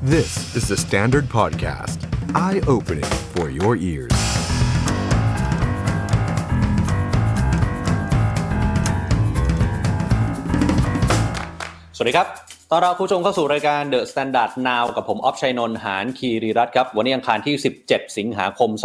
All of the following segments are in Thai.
This is the Standard Podcast. Eye-opening for your ears. สวัสดีครับต้อนรับผู้ชมเข้าสู่รายการ The Standard Now กับผมออฟชัยนนท์หานคีรีรัตน์ครับวันนี้อังคารที่17สิงหาคม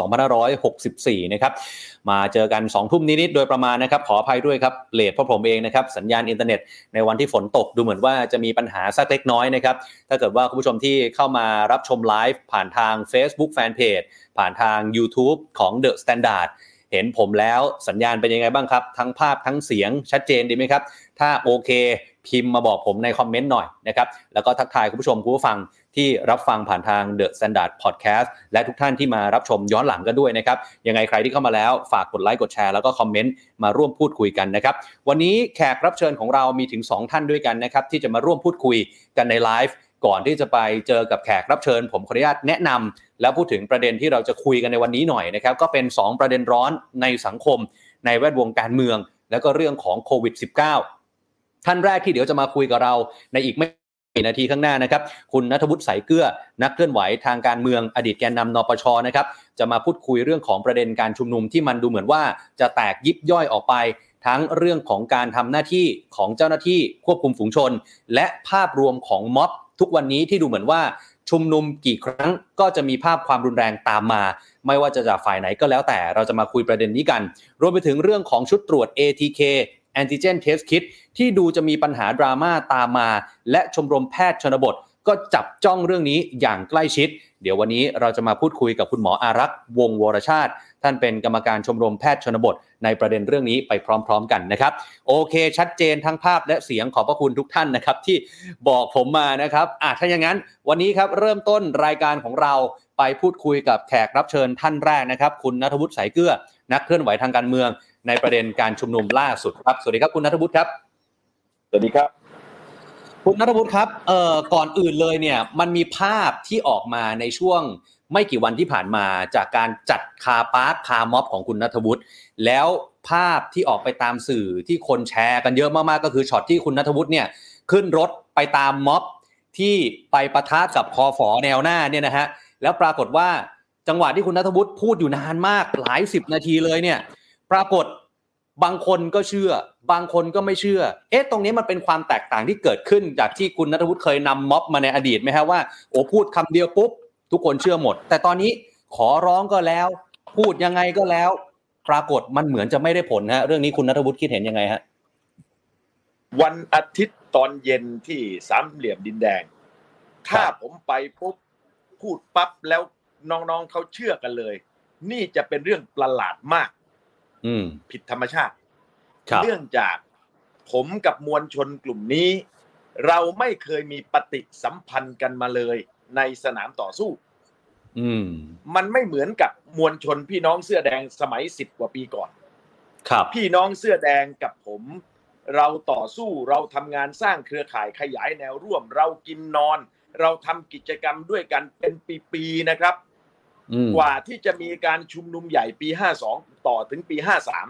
2564นะครับมาเจอกัน 2 ทุ่มนิดๆโดยประมาณนะครับขออภัยด้วยครับเลทเพราะผมเองนะครับสัญญาณอินเทอร์เน็ตในวันที่ฝนตกดูเหมือนว่าจะมีปัญหาสักเล็กน้อยนะครับถ้าเกิดว่าคุณผู้ชมที่เข้ามารับชมไลฟ์ผ่านทาง Facebook Fanpage ผ่านทาง YouTube ของ The Standard เห็นผมแล้วสัญญาณเป็นยังไงบ้างครับทั้งภาพทั้งเสียงชัดเจนดีไหมครับถ้าโอเคพิมพ์มาบอกผมในคอมเมนต์หน่อยนะครับแล้วก็ทักทายคุณผู้ชมคุณผู้ฟังที่รับฟังผ่านทาง The Standard Podcast และทุกท่านที่มารับชมย้อนหลังกันด้วยนะครับยังไงใครที่เข้ามาแล้วฝากกดไลค์กดแชร์แล้วก็คอมเมนต์มาร่วมพูดคุยกันนะครับวันนี้แขกรับเชิญของเรามีถึง2ท่านด้วยกันนะครับที่จะมาร่วมพูดคุยกันในไลฟ์ก่อนที่จะไปเจอกับแขกรับเชิญผมขออนุญาตแนะนำแล้วพูดถึงประเด็นที่เราจะคุยกันในวันนี้หน่อยนะครับก็เป็น2ประเด็นร้อนในสังคมในแวดวงการเมืองแล้วก็เรื่องของโควิด -19 ท่านแรกที่เดี๋ยวจะมาคุยกับเราในอีกไม่กี่นาทีข้างหน้านะครับคุณณัฐวุฒิ สายเกลือนักเคลื่อนไหวทางการเมืองอดีตแกนนำนปช.นะครับจะมาพูดคุยเรื่องของประเด็นการชุมนุมที่มันดูเหมือนว่าจะแตกยิบย่อยออกไปทั้งเรื่องของการทำหน้าที่ของเจ้าหน้าที่ควบคุมฝูงชนและภาพรวมของม็อบทุกวันนี้ที่ดูเหมือนว่าชุมนุมกี่ครั้งก็จะมีภาพความรุนแรงตามมาไม่ว่าจะจากฝ่ายไหนก็แล้วแต่เราจะมาคุยประเด็นนี้กันรวมไปถึงเรื่องของชุดตรวจ ATK Antigen Test Kit ที่ดูจะมีปัญหาดราม่าตามมาและชมรมแพทย์ชนบทก็จับจ้องเรื่องนี้อย่างใกล้ชิดเดี๋ยววันนี้เราจะมาพูดคุยกับคุณหมออารักษ์วงศ์วรชาติท่านเป็นกรรมการชมรมแพทย์ชนบทในประเด็นเรื่องนี้ไปพร้อมๆกันนะครับโอเคชัดเจนทั้งภาพและเสียงขอบพระคุณทุกท่านนะครับที่บอกผมมานะครับถ้าอย่างนั้นวันนี้ครับเริ่มต้นรายการของเราไปพูดคุยกับแขกรับเชิญท่านแรกนะครับคุณณัฐวุฒิ สายเกลือนักเคลื่อนไหวทางการเมืองในประเด็นการชุมนุมล่าสุดครับสวัสดีครับคุณณัฐวุฒิครับสวัสดีครับคุณณัฐวุฒิครับก่อนอื่นเลยเนี่ยมันมีภาพที่ออกมาในช่วงไม่กี่วันที่ผ่านมาจากการจัดคาปาร์คคาม็อบของคุณณัฐวุฒิแล้วภาพที่ออกไปตามสื่อที่คนแชร์กันเยอะมากๆก็คือช็อตที่คุณณัฐวุฒิเนี่ยขึ้นรถไปตามม็อบที่ไปปะทะกับคฝ.แนวหน้าเนี่ยนะฮะแล้วปรากฏว่าจังหวะที่คุณณัฐวุฒิพูดอยู่นานมากหลาย10นาทีเลยเนี่ยปรากฏบางคนก็เชื่อบางคนก็ไม่เชื่อตรงนี้มันเป็นความแตกต่างที่เกิดขึ้นจากที่คุณณัฐวุฒิเคยนำม็อบมาในอดีตไหมฮะว่าพูดคำเดียวปุ๊บทุกคนเชื่อหมดแต่ตอนนี้ขอร้องก็แล้วพูดยังไงก็แล้วปรากฏมันเหมือนจะไม่ได้ผลฮะเรื่องนี้คุณณัฐวุฒิคิดเห็นยังไงฮะวันอาทิตย์ตอนเย็นที่สามเหลี่ยมดินแดงถ้าผมไปปุ๊บพูดปั๊บแล้วน้องๆเขาเชื่อกันเลยนี่จะเป็นเรื่องประหลาดมากผิดธรรมชาติเนื่องจากผมกับมวลชนกลุ่มนี้เราไม่เคยมีปฏิสัมพันธ์กันมาเลยในสนามต่อสู้มันไม่เหมือนกับมวลชนพี่น้องเสื้อแดงสมัย10 กว่าปีก่อนพี่น้องเสื้อแดงกับผมเราต่อสู้เราทำงานสร้างเครือข่ายขยายแนวร่วมเรากินนอนเราทำกิจกรรมด้วยกันเป็นปีๆนะครับกว่าที่จะมีการชุมนุมใหญ่ปี52ต่อถึงปี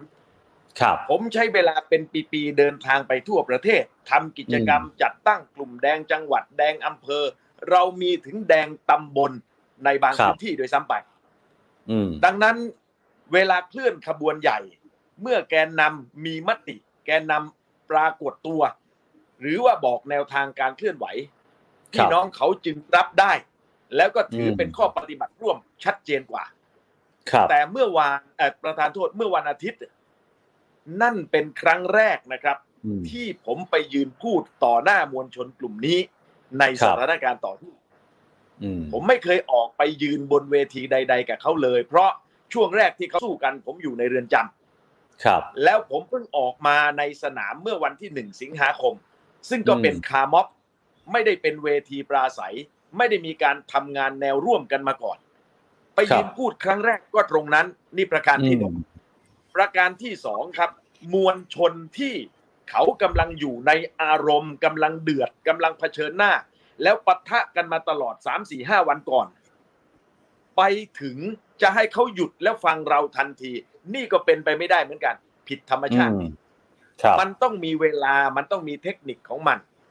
53ครับผมใช้เวลาเป็นปีๆเดินทางไปทั่วประเทศทำกิจกรรมจัดตั้งกลุ่มแดงจังหวัดแดงอำเภอเรามีถึงแดงตำบลในบางพื้นที่โดยซ้ำไปดังนั้นเวลาเคลื่อนขบวนใหญ่เมื่อแกนนำมีมติแกนนำปรากฏตัวหรือว่าบอกแนวทางการเคลื่อนไหวพี่น้องเขาจึงรับได้แล้วก็ถือเป็นข้อปฏิบัติร่วมชัดเจนกว่าแต่เมื่อวานประธานโทษเมื่อวันอาทิตย์นั่นเป็นครั้งแรกนะครับที่ผมไปยืนพูดต่อหน้ามวลชนกลุ่มนี้ในสถานการณ์ต่อสู้ผมไม่เคยออกไปยืนบนเวทีใดๆกับเขาเลยเพราะช่วงแรกที่เขาสู้กันผมอยู่ในเรือนจำแล้วผมเพิ่งออกมาในสนามเมื่อวันที่1 สิงหาคมซึ่งก็เป็นคาม็อบไม่ได้เป็นเวทีปราศัยไม่ได้มีการทำงานแนวร่วมกันมาก่อนไปยืนพูดครั้งแรกก็ตรงนั้นนี่ประการที่1ประการที่2ครับมวลชนที่เขากำลังอยู่ในอารมณ์กำลังเดือดกำลังเผชิญหน้าแล้วปะทะกันมาตลอด 3-4-5 วันก่อนไปถึงจะให้เขาหยุดแล้วฟังเราทันทีนี่ก็เป็นไปไม่ได้เหมือนกันผิดธรรมชาติมันต้องมีเวลามันต้องมีเทคนิคของมัน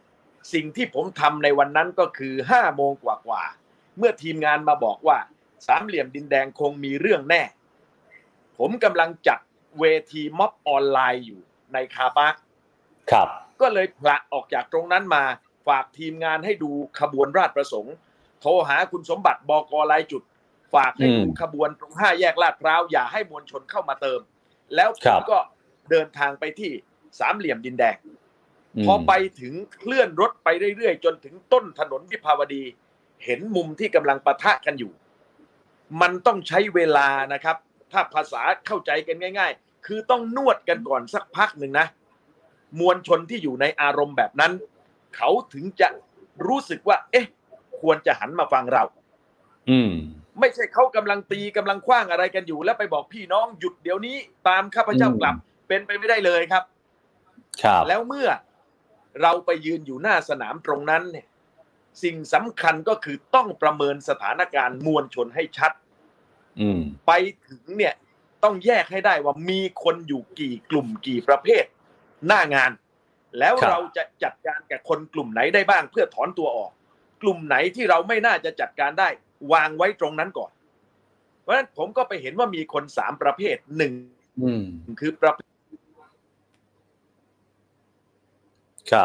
สิ่งที่ผมทำในวันนั้นก็คือ5 โมงกว่าเมื่อทีมงานมาบอกว่าสามเหลี่ยมดินแดงคงมีเรื่องแน่ผมกำลังจัดเวทีม็อบออนไลน์อยู่ในคาร์พาร์คครับก็เลยผละออกจากตรงนั้นมาฝากทีมงานให้ดูขบวนราชประสงค์โทรหาคุณสมบัติบก.รายจุดฝากให้ดูขบวนตรง5 แยกลาดพร้าวอย่าให้มวลชนเข้ามาเติมแล้วผมก็เดินทางไปที่สามเหลี่ยมดินแดงพอไปถึงเคลื่อนรถไปเรื่อยๆจนถึงต้นถนนวิภาวดีเห็นมุมที่กำลังปะทะกันอยู่มันต้องใช้เวลานะครับถ้าภาษาเข้าใจกันง่ายๆคือต้องนวดกันก่อนสักพักหนึ่งนะมวลชนที่อยู่ในอารมณ์แบบนั้นเขาถึงจะรู้สึกว่าเอ๊ะควรจะหันมาฟังเราไม่ใช่เขากำลังตีกำลังขว้างอะไรกันอยู่แล้วไปบอกพี่น้องหยุดเดี๋ยวนี้ตามข้าพเจ้ากลับเป็นไปไม่ได้เลยครับแล้วเมื่อเราไปยืนอยู่หน้าสนามตรงนั้นเนี่ยสิ่งสำคัญก็คือต้องประเมินสถานการณ์มวลชนให้ชัดไปถึงเนี่ยต้องแยกให้ได้ว่ามีคนอยู่กี่กลุ่มกี่ประเภทหน้างานแล้วเราจะจัดการกับคนกลุ่มไหนได้บ้างเพื่อถอนตัวออกกลุ่มไหนที่เราไม่น่าจะจัดการได้วางไว้ตรงนั้นก่อนเพราะฉะนั้นผมก็ไปเห็นว่ามีคน3 ประเภท1คือประเภทครับ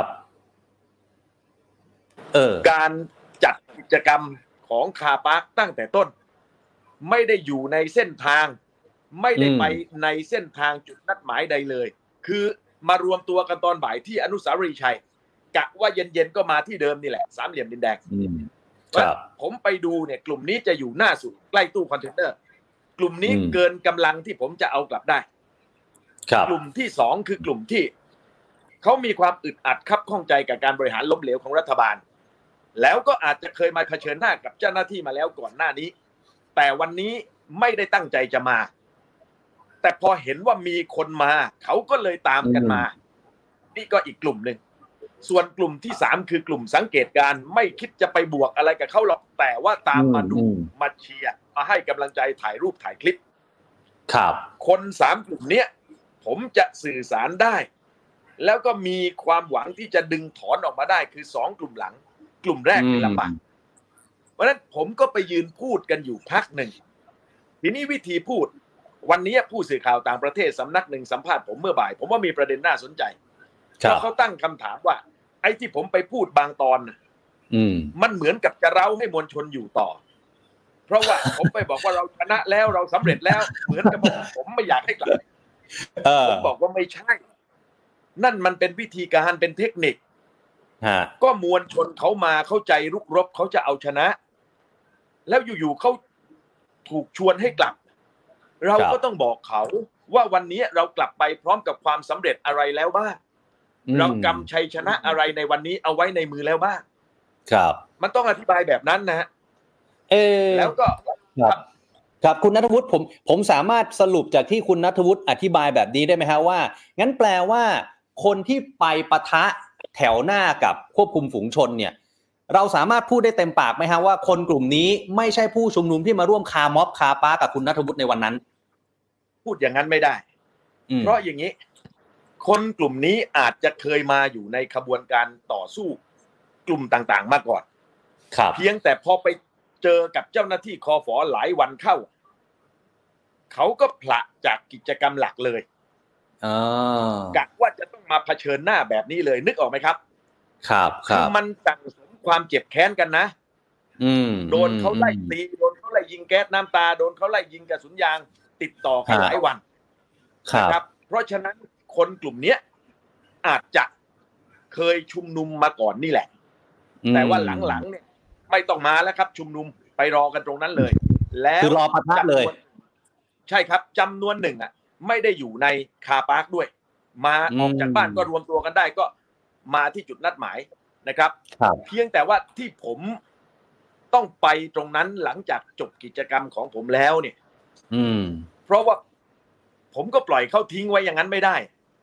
การจัดกิจกรรมของคาร์พาร์คตั้งแต่ต้นไม่ได้อยู่ในเส้นทางไม่ได้ไปในเส้นทางจุดนัดหมายใดเลยคือมารวมตัวกันตอนบ่ายที่อนุสาวรีย์ชัยกะว่าเย็นๆก็มาที่เดิมนี่แหละสามเหลี่ยมดินแดงผมไปดูเนี่ยกลุ่มนี้จะอยู่หน้าสุดใกล้ตู้คอนเทนเนอร์กลุ่มนี้เกินกำลังที่ผมจะเอากลับได้กลุ่มที่2คือกลุ่มที่เขามีความอึดอัดคับข้องใจกับการบริหารล้มเหลวของรัฐบาลแล้วก็อาจจะเคยมาเผชิญหน้ากับเจ้าหน้าที่มาแล้วก่อนหน้านี้แต่วันนี้ไม่ได้ตั้งใจจะมาแต่พอเห็นว่ามีคนมาเขาก็เลยตามกันมานี่ก็อีกกลุ่มนึงส่วนกลุ่มที่3คือกลุ่มสังเกตการไม่คิดจะไปบวกอะไรกับเขาหรอกแต่ว่าตามมาดูมาเชียร์มาให้กำลังใจถ่ายรูปถ่ายคลิปครับคน3 กลุ่มเนี้ยผมจะสื่อสารได้แล้วก็มีความหวังที่จะดึงถอนออกมาได้คือ2 กลุ่มหลังกลุ่มแรกเป็นลำบากเพราะฉะนั้นผมก็ไปยืนพูดกันอยู่พักหนึ่งทีนี้วิธีพูดวันนี้ผู้สื่อข่าวต่างประเทศสำนักหนึ่งสัมภาษณ์ผมเมื่อบ่ายผมว่ามีประเด็นน่าสนใจเพราะเขาตั้งคำถามว่าไอ้ที่ผมไปพูดบางตอนมันเหมือนกับจะเร้าให้มวลชนอยู่ต่อเพราะว่าผมไปบอกว่าเราชนะแล้วเราสำเร็จแล้วเหมือนกับผมไม่อยากให้กลับผมบอกว่าไม่ใช่นั่นมันเป็นวิธีการเป็นเทคนิคก็มวลชนเขามาเข้าใจรุกรบเขาจะเอาชนะแล้วอยู่ๆเขาถูกชวนให้กลับเราก็ต้องบอกเขาว่าวันนี้เรากลับไปพร้อมกับความสำเร็จอะไรแล้วบ้างเรากำชัยชนะอะไรในวันนี้เอาไว้ในมือแล้วบ้างครับมันต้องอธิบายแบบนั้นนะแล้วก็ครับคุณณัฐวุฒิผมสามารถสรุปจากที่คุณณัฐวุฒิอธิบายแบบนี้ได้ไหมฮะว่างั้นแปลว่าคนที่ไปปะทะแถวหน้ากับควบคุมฝูงชนเนี่ยเราสามารถพูดได้เต็มปากไหมฮะว่าคนกลุ่มนี้ไม่ใช่ผู้ชุมนุมที่มาร่วมคาร์ม็อบคาร์ปากับคุณณัฐวุฒิในวันนั้นพูดอย่างนั้นไม่ได้เพราะอย่างนี้คนกลุ่มนี้อาจจะเคยมาอยู่ในขบวนการต่อสู้กลุ่มต่างๆมาก่อนเพียงแต่พอไปเจอกับเจ้าหน้าที่คฝ.หลายวันเข้าเขาก็ผละจากกิจกรรมหลักเลยกะว่าจะต้องมาเผชิญหน้าแบบนี้เลยนึกออกไหมครับคือมันสั่งสมความเจ็บแค้นกันนะโดนเขาไล่ตีโดนเขาไล่ยิงแก๊สน้ำตาโดนเขาไล่ยิงกระสุนยางติดต่อกันหลายวันนะครับเพราะฉะนั้นคนกลุ่มนี้อาจจะเคยชุมนุมมาก่อนนี่แหละแต่ว่าหลังๆเนี่ยไม่ต้องมาแล้วครับชุมนุมไปรอกันตรงนั้นเลยแล้วคือรอปะทะเลยใช่ครับจำนวนหนึ่งไม่ได้อยู่ในคาร์พาร์คด้วยมาออกจากบ้านก็รวมตัวกันได้ก็มาที่จุดนัดหมายนะครับเพียงแต่ว่าที่ผมต้องไปตรงนั้นหลังจากจบกิจกรรมของผมแล้วเนี่ยเพราะว่าผมก็ปล่อยเขาทิ้งไว้อย่างนั้นไม่ได้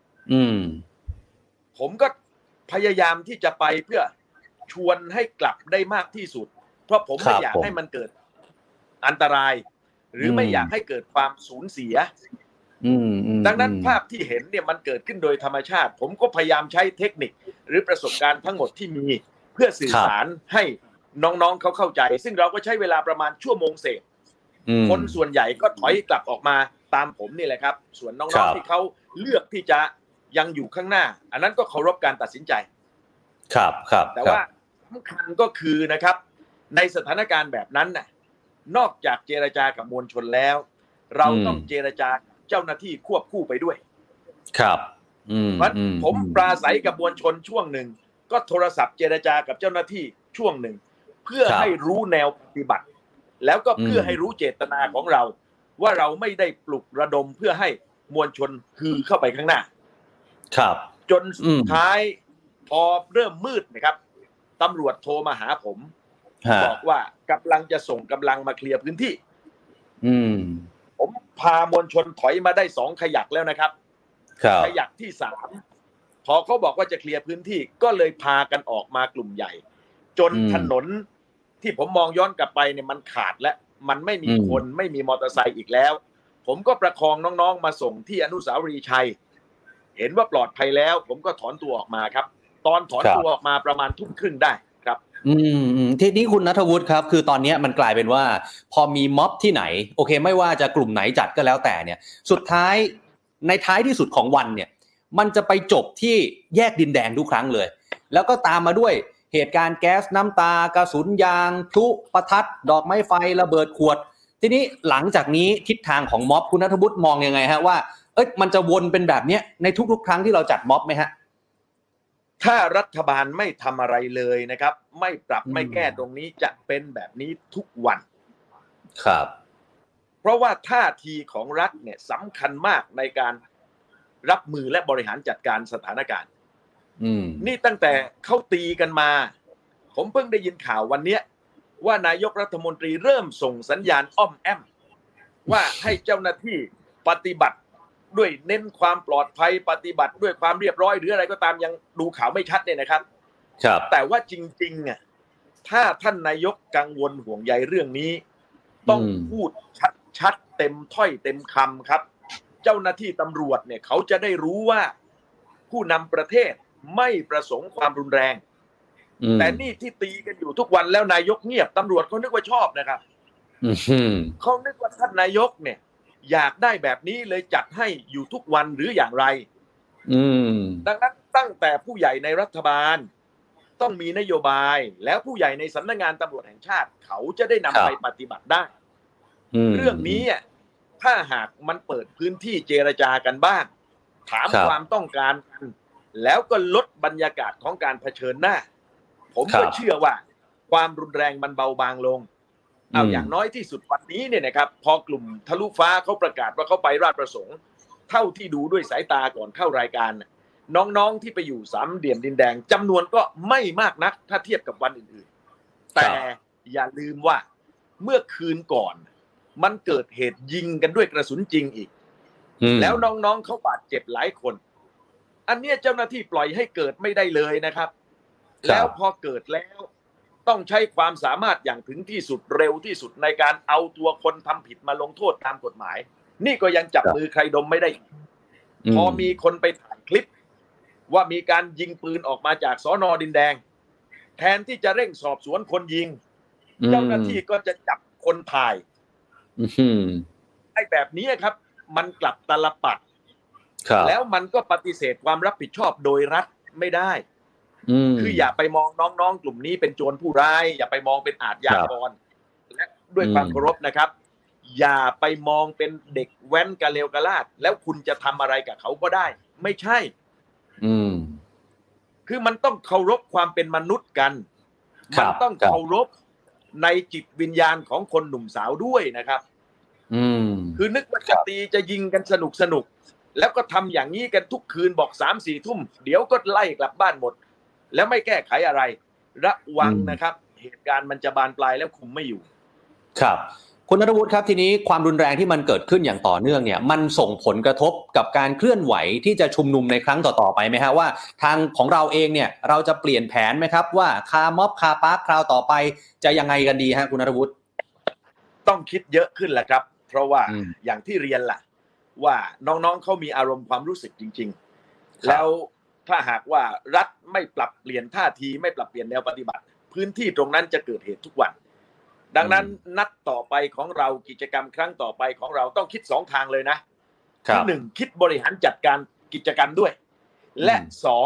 ผมก็พยายามที่จะไปเพื่อชวนให้กลับได้มากที่สุดเพราะผมไม่อยากให้มันเกิดอันตรายหรือไม่อยากให้เกิดความสูญเสียดังนั้นภาพที่เห็นเนี่ยมันเกิดขึ้นโดยธรรมชาติผมก็พยายามใช้เทคนิคหรือประสบการณ์ทั้งหมดที่มีเพื่อสื่อสารให้น้องๆเขาเข้าใจซึ่งเราก็ใช้เวลาประมาณชั่วโมงเศษคนส่วนใหญ่ก็ถอยกลับออกมาตามผมนี่แหละครับส่วนน้องๆที่เขาเลือกที่จะยังอยู่ข้างหน้าอันนั้นก็เคารพการตัดสินใจครับแต่ว่าสำคัญก็คือนะครับในสถานการณ์แบบนั้นน่ะนอกจากเจรจากับมวลชนแล้วเราต้องเจรจาเจ้าหน้าที่ควบคู่ไปด้วยครับผมปราศัยกับมวลชนช่วงหนึ่งก็โทรศัพท์เจรจากับเจ้าหน้าที่ช่วงหนึ่งเพื่อให้รู้แนวปฏิบัติแล้วก็เพื่อให้รู้เจตนาของเราว่าเราไม่ได้ปลุกระดมเพื่อให้มวลชนฮือเข้าไปข้างหน้าครับจนสุดท้ายพอเริ่มมืดนะครับตำรวจโทรมาหาผมบอกว่ากำลังจะส่งกำลังมาเคลียร์พื้นที่ผมพามวลชนถอยมาได้2ขยักแล้วนะครับขยักที่3พอเขาบอกว่าจะเคลียร์พื้นที่ก็เลยพากันออกมากลุ่มใหญ่จนถนนที่ผมมองย้อนกลับไปเนี่ยมันขาดและมันไม่มีคนไม่มีมอเตอร์ไซค์อีกแล้วผมก็ประคองน้องๆมาส่งที่อนุสาวรีย์ชัยเห็นว่าปลอดภัยแล้วผมก็ถอนตัวออกมาครับตอนถอนตัวออกมาประมาณ 20:30 น.ได้ครับทีนี้คุณณัฐวุฒิครับคือตอนนี้มันกลายเป็นว่าพอมีม็อบที่ไหนโอเคไม่ว่าจะกลุ่มไหนจัดก็แล้วแต่เนี่ยสุดท้ายในท้ายที่สุดของวันเนี่ยมันจะไปจบที่แยกดินแดงทุกครั้งเลยแล้วก็ตามมาด้วยเหตุการณ์แก๊สน้ำตากระสุนยางพลุประทัดดอกไม้ไฟระเบิดขวดทีนี้หลังจากนี้ทิศทางของม็อบคุณณัฐวุฒิมองยังไงฮะว่ามันจะวนเป็นแบบนี้ในทุกๆครั้งที่เราจัดม็อบไหมฮะถ้ารัฐบาลไม่ทำอะไรเลยนะครับไม่ปรับไม่แก้ตรงนี้จะเป็นแบบนี้ทุกวันครับเพราะว่าท่าทีของรัฐเนี่ยสำคัญมากในการรับมือและบริหารจัดการสถานการณ์นี่ตั้งแต่เขาตีกันมาผมเพิ่งได้ยินข่าววันนี้ว่านายกรัฐมนตรีเริ่มส่งสัญญาณอ้อมแอมว่าให้เจ้าหน้าที่ปฏิบัติด้วยเน้นความปลอดภัยปฏิบัติด้วยความเรียบร้อยหรืออะไรก็ตามยังดูข่าวไม่ชัดเนี่ยนะครับแต่ว่าจริงๆอ่ะถ้าท่านนายกกังวลห่วงใยเรื่องนี้ต้องพูดชัดๆเต็มถ้อยเต็มคำครับเจ้าหน้าที่ตำรวจเนี่ยเขาจะได้รู้ว่าผู้นำประเทศไม่ประสงค์ความรุนแรงแต่นี่ที่ตีกันอยู่ทุกวันแล้วนายกเงียบตำรวจเขานึกว่าชอบนะครับเขานึกว่าท่านนายกเนี่ยอยากได้แบบนี้เลยจัดให้อยู่ทุกวันหรืออย่างไรดังนั้นตั้งแต่ผู้ใหญ่ในรัฐบาลต้องมีนโยบายแล้วผู้ใหญ่ในสำนักงานตำรวจแห่งชาติเขาจะได้นำไปปฏิบัติได้เรื่องนี้ถ้าหากมันเปิดพื้นที่เจรจากันบ้างถามความต้องการกันแล้วก็ลดบรรยากาศของการเผชิญหน้าผมก็เชื่อว่าความรุนแรงมันเบาบางลงเอาอย่างน้อยที่สุดวันนี้เนี่ยนะครับพอกลุ่มทะลุฟ้าเขาประกาศว่าเขาไปราชประสงค์เท่าที่ดูด้วยสายตาก่อนเข้ารายการน้องๆที่ไปอยู่สามเหลี่ยมดินแดงจำนวนก็ไม่มากนักถ้าเทียบกับวันอื่นๆแต่อย่าลืมว่าเมื่อคืนก่อนมันเกิดเหตุยิงกันด้วยกระสุนจริงอีกแล้วน้องๆเขาบาดเจ็บหลายคนอันนี้เจ้าหน้าที่ปล่อยให้เกิดไม่ได้เลยนะครับแล้วพอเกิดแล้วต้องใช้ความสามารถอย่างถึงที่สุดเร็วที่สุดในการเอาตัวคนทำผิดมาลงโทษตามกฎหมายนี่ก็ยังจับมือใครดมไม่ได้พอมีคนไปถ่ายคลิปว่ามีการยิงปืนออกมาจากสน.ดินแดงแทนที่จะเร่งสอบสวนคนยิงเจ้าหน้าที่ก็จะจับคนถ่ายไอ้แบบนี้ครับมันกลับตลปัดแล้วมันก็ปฏิเสธความรับผิดชอบโดยรัฐไม่ได้คืออย่าไปมองน้องๆกลุ่มนี้เป็นโจรผู้ร้ายอย่าไปมองเป็นอาชญากรและด้วยความเคารพนะครับอย่าไปมองเป็นเด็กแว้นกะเลวกะลาดแล้วคุณจะทำอะไรกับเขาก็ได้ไม่ใช่คือมันต้องเคารพความเป็นมนุษย์กันมันต้องเคารพในจิตวิญญาณของคนหนุ่มสาวด้วยนะครับคือนึกว่าจะตีจะยิงกันสนุกแล้วก็ทำอย่างนี้กันทุกคืนบอก 3-4 ทุ่มเดี๋ยวก็ไล่กลับบ้านหมดแล้วไม่แก้ไขอะไรระวังนะครับเหตุการณ์มันจะบานปลายแล้วคุมไม่อยู่ครับคุณณัฐวุฒิครับทีนี้ความรุนแรงที่มันเกิดขึ้นอย่างต่อเนื่องเนี่ยมันส่งผลกระทบกับการเคลื่อนไหวที่จะชุมนุมในครั้งต่อๆไปไหมฮะว่าทางของเราเองเนี่ยเราจะเปลี่ยนแผนไหมครับว่าคาร์ม็อบคาร์พาร์คคราวต่อไปจะยังไงกันดีฮะคุณณัฐวุฒิต้องคิดเยอะขึ้นแหละครับเพราะว่าอย่างที่เรียนล่ะว่าน้องๆเขามีอารมณ์ความรู้สึกจริงๆแล้วถ้าหากว่ารัฐไม่ปรับเปลี่ยนท่าทีไม่ปรับเปลี่ยนแนวปฏิบัติพื้นที่ตรงนั้นจะเกิดเหตุทุกวันดังนั้นนัดต่อไปของเรากิจกรรมครั้งต่อไปของเราต้องคิด2ทางเลยนะที่1คิดบริหารจัดการกิจกรรมด้วยและ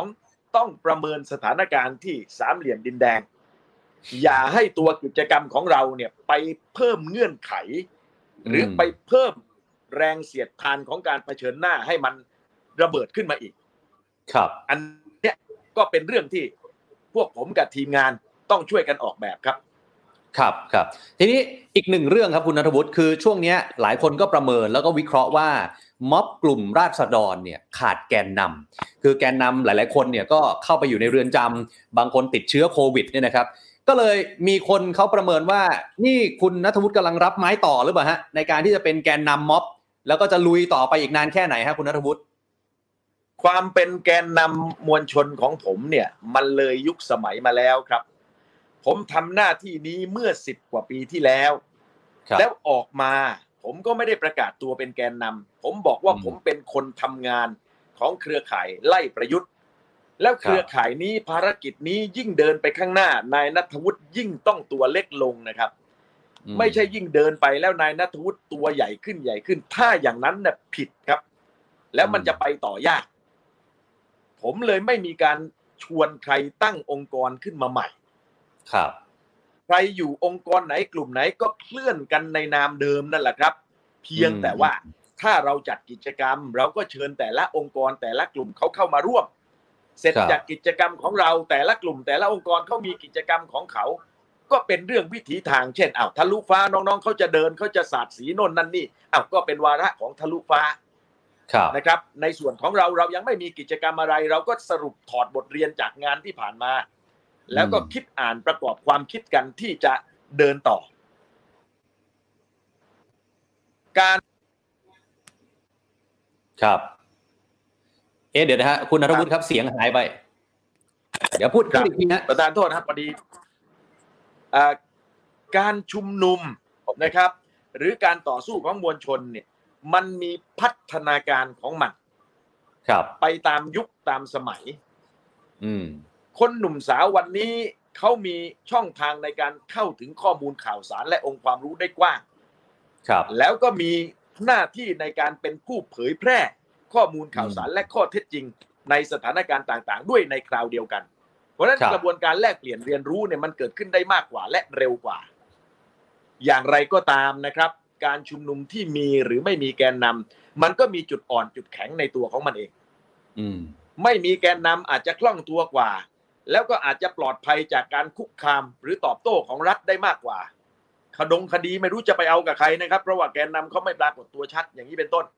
2ต้องประเมินสถานการณ์ที่สามเหลี่ยมดินแดงอย่าให้ตัวกิจกรรมของเราเนี่ยไปเพิ่มเงื่อนไขหรือไปเพิ่มแรงเสียดทานของการเผชิญหน้าให้มันระเบิดขึ้นมาอีกครับอันเนี้ยก็เป็นเรื่องที่พวกผมกับทีมงานต้องช่วยกันออกแบบครับครับทีนี้อีกหนึ่งเรื่องครับคุณณัฐวุฒิคือช่วงนี้หลายคนก็ประเมินแล้วก็วิเคราะห์ว่าม็อบกลุ่มราษฎรเนี่ยขาดแกนนำคือแกนนำหลายๆคนเนี่ยก็เข้าไปอยู่ในเรือนจำบางคนติดเชื้อโควิดเนี่ยนะครับก็เลยมีคนเขาประเมินว่านี่คุณณัฐวุฒิกำลังรับไม้ต่อหรือเปล่าฮะในการที่จะเป็นแกนนำม็อบแล้วก็จะลุยต่อไปอีกนานแค่ไหนฮะคุณณัฐวุฒิความเป็นแกนนำมวลชนของผมเนี่ยมันเลยยุคสมัยมาแล้วครับผมทำหน้าที่นี้เมื่อ10 กว่าปีที่แล้วแล้วออกมาผมก็ไม่ได้ประกาศตัวเป็นแกนนำผมบอกว่าผมเป็นคนทำงานของเครือข่ายไล่ประยุทธ์แล้วเครือข่ายนี้ภารกิจนี้ยิ่งเดินไปข้างหน้านายณัฐวุฒิยิ่งต้องตัวเล็กลงนะครับไม่ใช่ยิ่งเดินไปแล้วนายณัฐวุฒิตัวใหญ่ขึ้นถ้าอย่างนั้นน่ะผิดครับแล้วมันจะไปต่อยากผมเลยไม่มีการชวนใครตั้งองค์กรขึ้นมาใหม่ครับใครอยู่องค์กรไหนกลุ่มไหนก็เคลื่อนกันในนามเดิมนั่นแหละครับเพียงแต่ว่าถ้าเราจัดกิจกรรมเราก็เชิญแต่ละองค์กรแต่ละกลุ่มเขาเข้ามาร่วมเสร็จจากกิจกรรมของเราแต่ละกลุ่มแต่ละองค์กรเขามีกิจกรรมของเขาก็เป็นเรื่องวิถีทางเช่นทะลุฟ้าน้องๆเขาจะเดินเขาจะสาดสีโน่นนั่นนี่ก็เป็นวาระของทะลุฟ้านะครับในส่วนของเรายังไม่มีกิจกรรมอะไรเราก็สรุปถอดบทเรียนจากงานที่ผ่านมาแล้วก็คิดอ่านประกอบความคิดกันที่จะเดินต่อการครับเดี๋ยวนะฮะคุณณัฐวุฒิครับเสียงหายไปเดี๋ยวพูดอีกทีนะประธานโทษครับพอดีการชุมนุมนะครับหรือการต่อสู้ของมวลชนเนี่ยมันมีพัฒนาการของมันไปตามยุคตามสมัยคนหนุ่มสาววันนี้เขามีช่องทางในการเข้าถึงข้อมูลข่าวสารและองค์ความรู้ได้กว้างแล้วก็มีหน้าที่ในการเป็นผู้เผยแพร่ข้อมูลข่าวสารและข้อเท็จจริงในสถานการณ์ต่างๆด้วยในคราวเดียวกันเพราะฉะนั้นกระบวนการแลกเปลี่ยนเรียนรู้เนี่ยมันเกิดขึ้นได้มากกว่าและเร็วกว่าอย่างไรก็ตามนะครับการชุมนุมที่มีหรือไม่มีแกนนำมันก็มีจุดอ่อนจุดแข็งในตัวของมันเองไม่มีแกนนำอาจจะคล่องตัวกว่าแล้วก็อาจจะปลอดภัยจากการคุกคามหรือตอบโต้ของรัฐได้มากกว่าคดีไม่รู้จะไปเอากับใครนะครับเพราะว่าแกนนำเขาไม่ปรากฏตัวชัดอย่างนี้เป็นต้น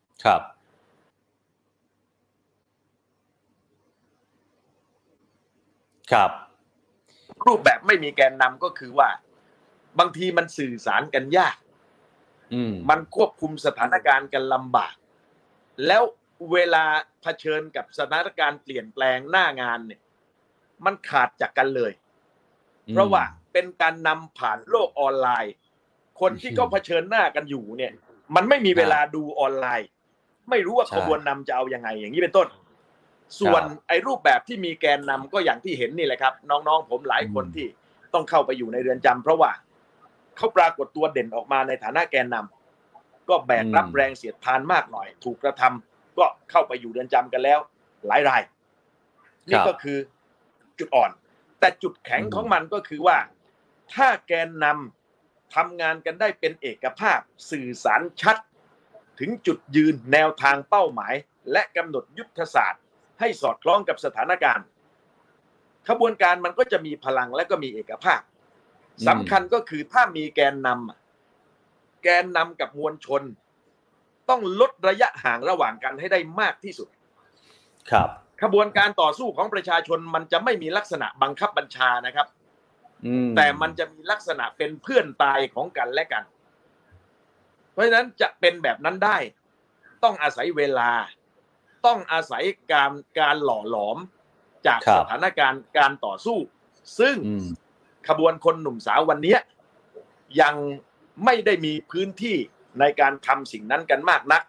ครับรูปแบบไม่มีแกนนำก็คือว่าบางทีมันสื่อสารกันยากมันควบคุมสถานการณ์กันลำบากแล้วเวลาเผชิญกับสถานการณ์เปลี่ยนแปลงหน้างานเนี่ยมันขาดจากกันเลยเพราะว่าเป็นการนำผ่านโลกออนไลน์คนที่เขาเผชิญหน้ากันอยู่เนี่ยมันไม่มีเวลาดูออนไลน์ไม่รู้ว่าขบวนนำจะเอายังไงอย่างนี้เป็นต้นส่วนไอ้รูปแบบที่มีแกนนำก็อย่างที่เห็นนี่แหละครับน้องๆผมหลายคนที่ต้องเข้าไปอยู่ในเรือนจำเพราะว่าเขาปรากฏตัวเด่นออกมาในฐานะแกนนำก็แบกรับแรงเสียดทานมากหน่อยถูกกระทำก็เข้าไปอยู่เรือนจำกันแล้วหลายรายนี่ก็คือจุดอ่อนแต่จุดแข็งของมันก็คือว่าถ้าแกนนำทำงานกันได้เป็นเอกภาพสื่อสารชัดถึงจุดยืนแนวทางเป้าหมายและกำหนดยุทธศาสตร์ให้สอดคล้องกับสถานการณ์ขบวนการมันก็จะมีพลังและก็มีเอกภาพสำคัญก็คือถ้ามีแกนนำกับมวลชนต้องลดระยะห่างระหว่างกันให้ได้มากที่สุดขบวนการต่อสู้ของประชาชนมันจะไม่มีลักษณะบังคับบัญชานะครับแต่มันจะมีลักษณะเป็นเพื่อนตายของกันและกันเพราะฉะนั้นจะเป็นแบบนั้นได้ต้องอาศัยเวลาต้องอาศัยการหล่อหลอมจากสถานการณ์การต่อสู้ซึ่งขบวนคนหนุ่มสาววันนี้ยังไม่ได้มีพื้นที่ในการทำสิ่งนั้นกันมากนัก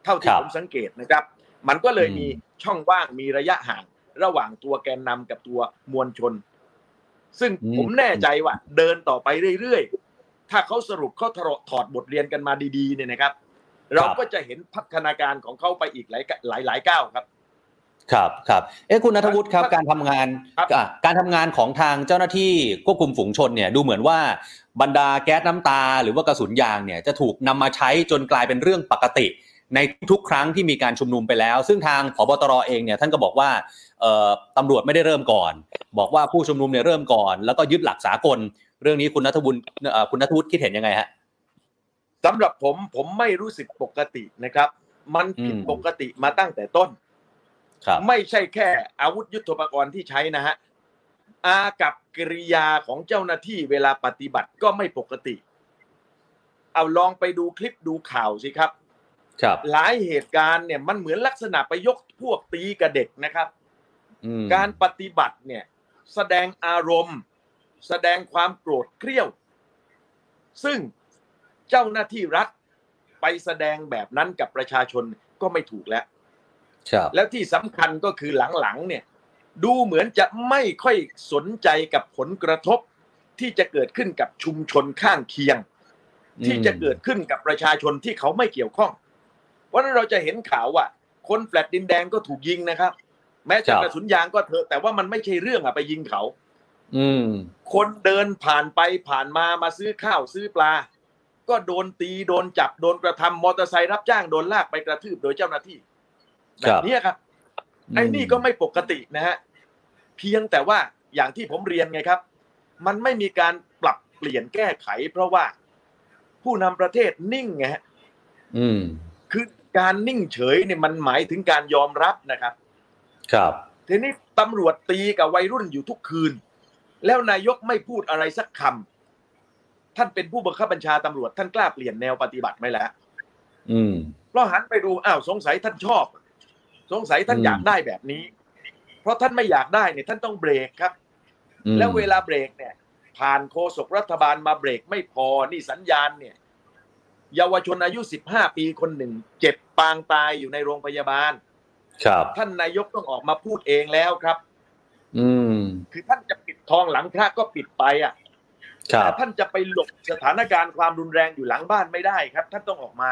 เท่าที่ผมสังเกตนะครับมันก็เลยมีช่องว่างมีระยะห่างระหว่างตัวแกนนำกับตัวมวลชนซึ่งผมแน่ใจว่าเดินต่อไปเรื่อยๆถ้าเขาสรุปเขาถอดบทเรียนกันมาดีๆเนี่ยนะครับเราก็จะเห็นพัฒนาการของเขาไปอีกหลายก้าวครับครับคุณณัฐวุฒิครับการทำงานของทางเจ้าหน้าที่ควบคุมฝูงชนเนี่ยดูเหมือนว่าบรรดาแก๊สน้ำตาหรือว่ากระสุนยางเนี่ยจะถูกนำมาใช้จนกลายเป็นเรื่องปกติในทุกครั้งที่มีการชุมนุมไปแล้วซึ่งทางผบตรเองเนี่ยท่านก็บอกว่าตำรวจไม่ได้เริ่มก่อนบอกว่าผู้ชุมนุมเนี่ยเริ่มก่อนแล้วก็ยึดหลักสากลเรื่องนี้คุณณัฐวุฒิคิดเห็นยังไงฮะสำหรับผมไม่รู้สึกปกตินะครับมันผิดปกติมาตั้งแต่ต้นไม่ใช่แค่อาวุธยุทโธปกรณ์ที่ใช้นะฮะอากับกิริยาของเจ้าหน้าที่เวลาปฏิบัติก็ไม่ปกติเอาลองไปดูคลิปดูข่าวสิครับหลายเหตุการณ์เนี่ยมันเหมือนลักษณะไปยกพวกตีกับเด็กนะครับการปฏิบัติเนี่ยแสดงอารมณ์แสดงความโกรธเกรี้ยวซึ่งเจ้าหน้าที่รัฐไปแสดงแบบนั้นกับประชาชนก็ไม่ถูกแล้วที่สำคัญก็คือหลังๆเนี่ยดูเหมือนจะไม่ค่อยสนใจกับผลกระทบที่จะเกิดขึ้นกับชุมชนข้างเคียงที่จะเกิดขึ้นกับประชาชนที่เขาไม่เกี่ยวข้องเพราะนั้นเราจะเห็นข่าวว่าคนแฟลตดินแดงก็ถูกยิงนะครับแม้จะกระสุนยางก็เถอะแต่ว่ามันไม่ใช่เรื่องไปยิงเขาคนเดินผ่านไปผ่านมาซื้อข้าวซื้อปลาก็โดนตีโดนจับโดนกระทำมอเตอร์ไซค์รับจ้างโดนลากไปกระทืบโดยเจ้าหน้าที่แบบนี้ครับไอ้นี่ก็ไม่ปกตินะฮะเพียงแต่ว่าอย่างที่ผมเรียนไงครับมันไม่มีการปรับเปลี่ยนแก้ไขเพราะว่าผู้นำประเทศนิ่งไงฮะคือการนิ่งเฉยเนี่ยมันหมายถึงการยอมรับนะครับทีนี้ตำรวจตีกับวัยรุ่นอยู่ทุกคืนแล้วนายกไม่พูดอะไรสักคำท่านเป็นผู้บังคับบัญชาตำรวจท่านกล้าเปลี่ยนแนวปฏิบัติไหมล่ะเพราะหันไปดูสงสัยท่านชอบสงสัยท่านอยากได้แบบนี้เพราะท่านไม่อยากได้เนี่ยท่านต้องเบรกครับแล้วเวลาเบรกเนี่ยผ่านโฆษกรัฐบาลมาเบรกไม่พอนี่สัญญาณเนี่ยเยาวชนอายุ15ปีคนหนึ่งเจ็บปางตายอยู่ในโรงพยาบาลท่านนายกต้องออกมาพูดเองแล้วครับคือท่านจะปิดทองหลังพระก็ปิดไปแต่ท่านจะไปหลบสถานการณ์ความรุนแรงอยู่หลังบ้านไม่ได้ครับท่านต้องออกมา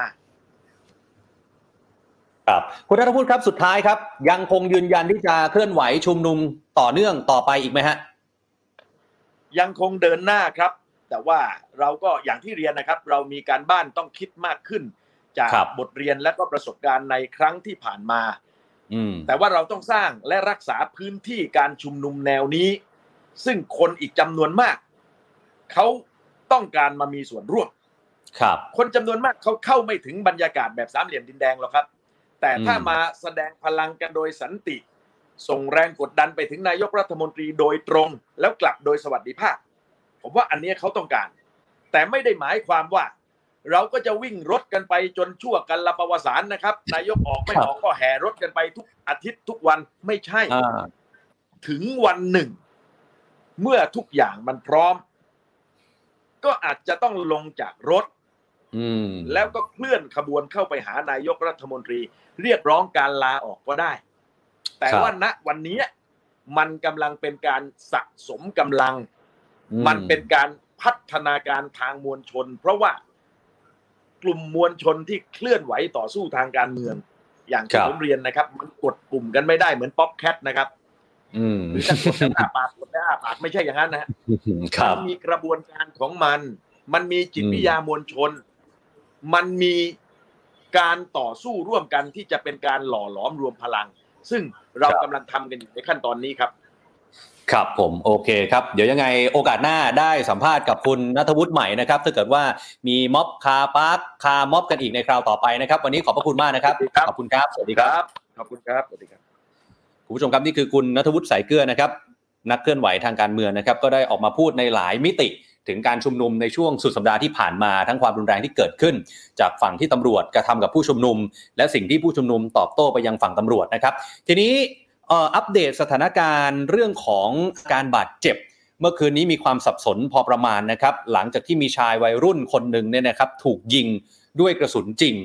คุณณัฐวุฒิครับสุดท้ายครับยังคงยืนยันที่จะเคลื่อนไหวชุมนุมต่อเนื่องต่อไปอีกไหมฮะยังคงเดินหน้าครับแต่ว่าเราก็อย่างที่เรียนนะครับเรามีการบ้านต้องคิดมากขึ้นจากบทเรียนและก็ประสบการณ์ในครั้งที่ผ่านมาแต่ว่าเราต้องสร้างและรักษาพื้นที่การชุมนุมแนวนี้ซึ่งคนอีกจำนวนมากเขาต้องการมามีส่วนร่วมคนจำนวนมากเขาเข้าไม่ถึงบรรยากาศแบบสามเหลี่ยมดินแดงหรอกครับแต่ถ้ามาแสดงพลังกันโดยสันติส่งแรงกดดันไปถึงนายกรัฐมนตรีโดยตรงแล้วกลับโดยสวัสดิภาพผมว่าอันนี้เขาต้องการแต่ไม่ได้หมายความว่าเราก็จะวิ่งรถกันไปจนชั่วกันละปวสารนะครับนายกออกไม่ออกก็แห่รถกันไปทุกอาทิตย์ทุกวันไม่ใช่ถึงวันหนึ่งเมื่อทุกอย่างมันพร้อมก็อาจจะต้องลงจากรถแล้วก็เคลื่อนขบวนเข้าไปหานายกรัฐมนตรีเรียกร้องการลาออกก็ได้แต่ว่าณวันนี้มันกำลังเป็นการสะสมกำลังมันเป็นการพัฒนาการทางมวลชนเพราะว่ากลุ่มมวลชนที่เคลื่อนไหวต่อสู้ทางการเมืองอย่างที่ผมเรียนนะครับมันกดกลุ่มกันไม่ได้เหมือนป๊อปแคทนะครับหรือจะกดหน้าปากกดหน้าปากไม่ใช่อย่างนั้นนะมันมีกระบวนการของมันมีจิตวิทยามวลชนมันมีการต่อสู้ร่วมกันที่จะเป็นการหล่อหลอมรวมพลังซึ่งเรากำลังทำกันอยู่ในขั้นตอนนี้ครับครับผมโอเคครับเดี๋ยวยังไงโอกาสหน้าได้สัมภาษณ์กับคุณณัฐวุฒิใหม่นะครับถ้าเกิดว่ามีม็อบคาร์พาร์คคาร์ม็อบกันอีกในคราวต่อไปนะครับวันนี้ขอบพระคุณมากนะครับขอบคุณครับสวัสดีครับขอบคุณครับสวัสดีครับคุณผู้ชมครับนี่คือคุณณัฐวุฒิสายเกลือนะครับนักเคลื่อนไหวทางการเมืองนะครับก็ได้ออกมาพูดในหลายมิติถึงการชุมนุมในช่วงสุดสัปดาห์ที่ผ่านมาทั้งความรุนแรงที่เกิดขึ้นจากฝั่งที่ตำรวจกระทำกับผู้ชุมนุมและสิ่งที่ผู้ชุมนุมตอบโต้ไปยังฝั่งตำรวจนะครับทีนี้อัปเดตสถานการณ์เรื่องของการบาดเจ็บเมื่อคืนนี้มีความสับสนพอประมาณนะครับหลังจากที่มีชายวัยรุ่นคนหนึ่งเนี่ยนะครับถูกยิงด้วยกระสุนจริง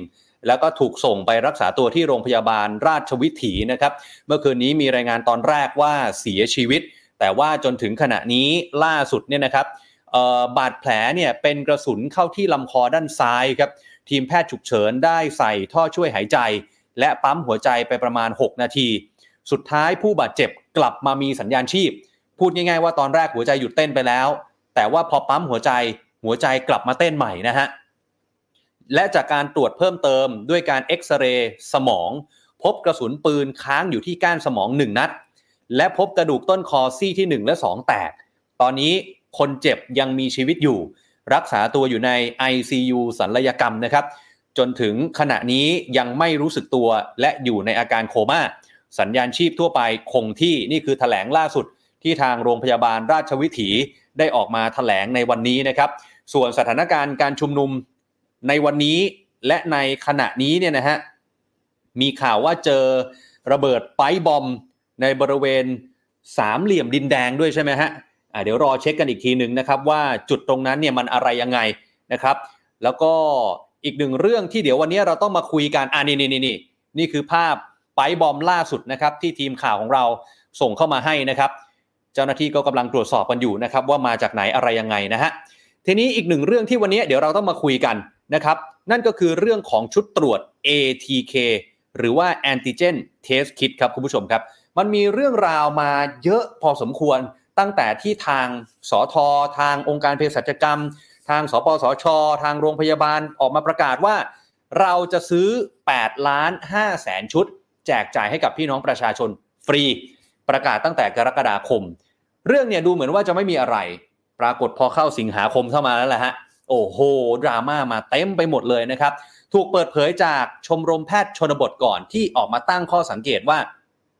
แล้วก็ถูกส่งไปรักษาตัวที่โรงพยาบาลราชวิถีนะครับเมื่อคืนนี้มีรายงานตอนแรกว่าเสียชีวิตแต่ว่าจนถึงขณะนี้ล่าสุดเนี่ยนะครับบาดแผลเนี่ยเป็นกระสุนเข้าที่ลำคอด้านซ้ายครับทีมแพทย์ฉุกเฉินได้ใส่ท่อช่วยหายใจและปั๊มหัวใจไปประมาณ6นาทีสุดท้ายผู้บาดเจ็บกลับมามีสัญญาณชีพพูดง่ายๆว่าตอนแรกหัวใจหยุดเต้นไปแล้วแต่ว่าพอปั๊มหัวใจกลับมาเต้นใหม่นะฮะและจากการตรวจเพิ่มเติมด้วยการเอ็กซเรย์สมองพบกระสุนปืนค้างอยู่ที่ก้านสมอง1นัดและพบกระดูกต้นคอซี่ที่1และ2แตกตอนนี้คนเจ็บยังมีชีวิตอยู่รักษาตัวอยู่ใน ICU ศัลยกรรมนะครับจนถึงขณะนี้ยังไม่รู้สึกตัวและอยู่ในอาการโคม่าสัญญาณชีพทั่วไปคงที่นี่คือแถลงล่าสุดที่ทางโรงพยาบาลราชวิถีได้ออกมาแถลงในวันนี้นะครับส่วนสถานการณ์การชุมนุมในวันนี้และในขณะนี้เนี่ยนะฮะมีข่าวว่าเจอระเบิดไปป์บอมในบริเวณสามเหลี่ยมดินแดงด้วยใช่ไหมฮะเดี๋ยวรอเช็คกันอีกทีนึงนะครับว่าจุดตรงนั้นเนี่ยมันอะไรยังไงนะครับแล้วก็อีกหนึ่งเรื่องที่เดี๋ยววันนี้เราต้องมาคุยกันนี่คือภาพไปป์บอมล่าสุดนะครับที่ทีมข่าวของเราส่งเข้ามาให้นะครับเจ้าหน้าที่ก็กำลังตรวจสอบกันอยู่นะครับว่ามาจากไหนอะไรยังไงนะฮะทีนี้อีกหนึ่งเรื่องที่วันนี้เดี๋ยวเราต้องมาคุยกันนะครับนั่นก็คือเรื่องของชุดตรวจ ATK หรือว่า Antigen Test Kit ครับคุณผู้ชมครับมันมีเรื่องราวมาเยอะพอสมควรตั้งแต่ที่ทางสททางองค์การเภสัชกรรมทางสปสชทางโรงพยาบาลออกมาประกาศว่าเราจะซื้อ8,500,000 ชุดแจกจ่ายให้กับพี่น้องประชาชนฟรีประกาศตั้งแต่กรกฎาคมเรื่องเนี่ยดูเหมือนว่าจะไม่มีอะไรปรากฏพอเข้าสิงหาคมเข้ามาแล้วแหละฮะโอ้โหดราม่ามาเต็มไปหมดเลยนะครับถูกเปิดเผยจากชมรมแพทย์ชนบทก่อนที่ออกมาตั้งข้อสังเกตว่า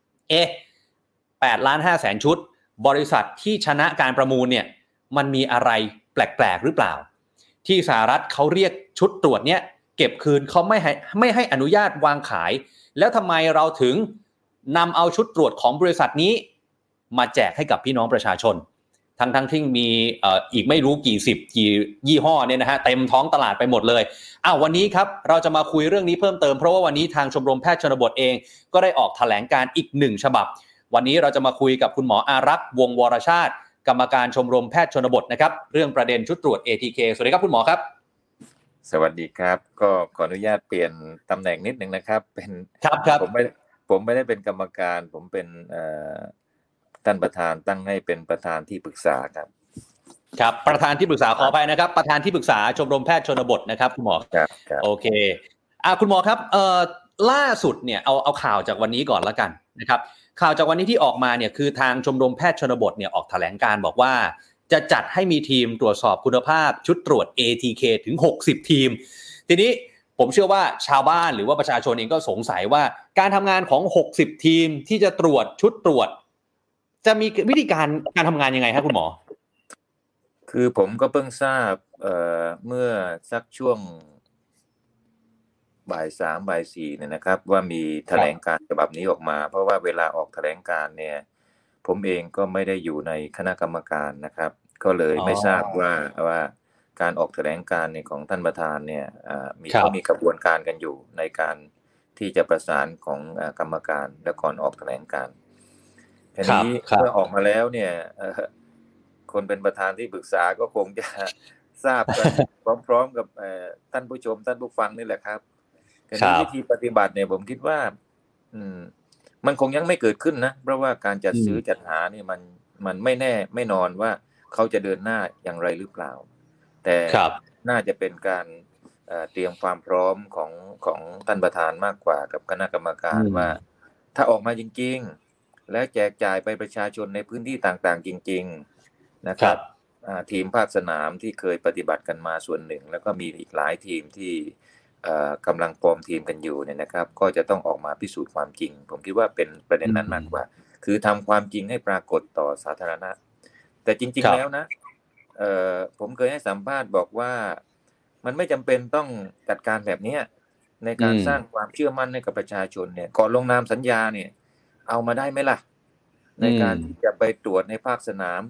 8,500,000 ชุดบริษัทที่ชนะการประมูลเนี่ยมันมีอะไรแปลกๆหรือเปล่าที่สหรัฐเขาเรียกชุดตรวจเนี่ยเก็บคืนเขาไม่ให้อนุญาตวางขายแล้วทำไมเราถึงนำเอาชุดตรวจของบริษัทนี้มาแจกให้กับพี่น้องประชาชนทั้งที่มีอีกไม่รู้กี่ยี่ห้อเนี่ยนะฮะเต็มท้องตลาดไปหมดเลยวันนี้ครับเราจะมาคุยเรื่องนี้เพิ่มเติมเพราะว่าวันนี้ทางชมรมแพทย์ชนบทเองก็ได้ออกแถลงการอีก1ฉบับวันนี้เราจะมาคุยกับคุณหมออารักษ์วงศ์วรชาติกรรมการชมรมแพทย์ชนบทนะครับเรื่องประเด็นชุดตรวจ ATK สวัสดีครับคุณหมอครับสวัสดีครับก็ขออนุญาตเปลี่ยนตำแหน่งนิดนึงนะครับเป็นครับผมไม่ได้เป็นกรรมการผมเป็นท่านประธานตั้งให้เป็นประธานที่ปรึกษาครับครับประธานที่ปรึกษาขออภัยนะครับประธานที่ปรึกษาชมรมแพทย์ชนบทนะครับคุณหมอครับโอเคคุณหมอครับล่าสุดเนี่ยเอาข่าวจากวันนี้ก่อนละกันนะครับข่าวจากวันนี้ที่ออกมาเนี่ยคือทางชมรมแพทย์ชนบทเนี่ยออกแถลงการบอกว่าจะจัดให้มีทีมตรวจสอบคุณภาพชุดตรวจ ATK ถึง60ทีมทีนี้ผมเชื่อว่าชาวบ้านหรือว่าประชาชนเองก็สงสัยว่าการทำงานของ60ทีมที่จะตรวจชุดตรวจจะมีวิธีการทำงานยังไงครับคุณหมอคือผมก็เพิ่งทราบเมื่อสักช่วงบ่าย 3 บ่าย 4เนี่ยนะครับว่ามีแถลงการฉบับนี้ออกมาเพราะว่าเวลาออกแถลงการเนี่ยผมเองก็ไม่ได้อยู่ในคณะกรรมการนะครับก็เลยไม่ทราบว่าการออกแถลงการเนี่ยของท่านประธานเนี่ยเขามีกระบวนการกันอยู่ในการที่จะประสานของกรรมการและก่อนออกแถลงการทีนี้เมื่อออกมาแล้วเนี่ยคนเป็นประธานที่ปรึกษาก็คงจะทราบกันพร้อมๆกับท่านผู้ชมท่านผู้ฟังนี่แหละครับแต่วิธีปฏิบัติเนี่ยผมคิดว่ามันคงยังไม่เกิดขึ้นนะเพราะว่าการจัดซื้อจัดหานี่มันไม่แน่ไม่นอนว่าเขาจะเดินหน้าอย่างไรหรือเปล่าแต่น่าจะเป็นการเตรียมความพร้อมของท่านประธานมากกว่ากับคณะกรรมการว่าถ้าออกมาจริงๆและแจกจ่ายไปประชาชนในพื้นที่ต่างๆจริงๆนะครับทีมภาคสนามที่เคยปฏิบัติกันมาส่วนหนึ่งแล้วก็มีอีกหลายทีมที่กำลังฟอร์มทีมกันอยู่เนี่ยนะครับก็จะต้องออกมาพิสูจน์ความจริงผมคิดว่าเป็นประเด็นนั้นมากกว่าคือทำความจริงให้ปรากฏต่อสาธารณะแต่จริงๆแล้วนะผมเคยให้สัมภาษณ์บอกว่ามันไม่จำเป็นต้องจัดการแบบนี้ในการสร้างความเชื่อมั่นให้กับประชาชนเนี่ยก่อนลงนามสัญญาเนี่ยเอามาได้ไหมล่ะในการที่จะไปตรวจในภาคสนาม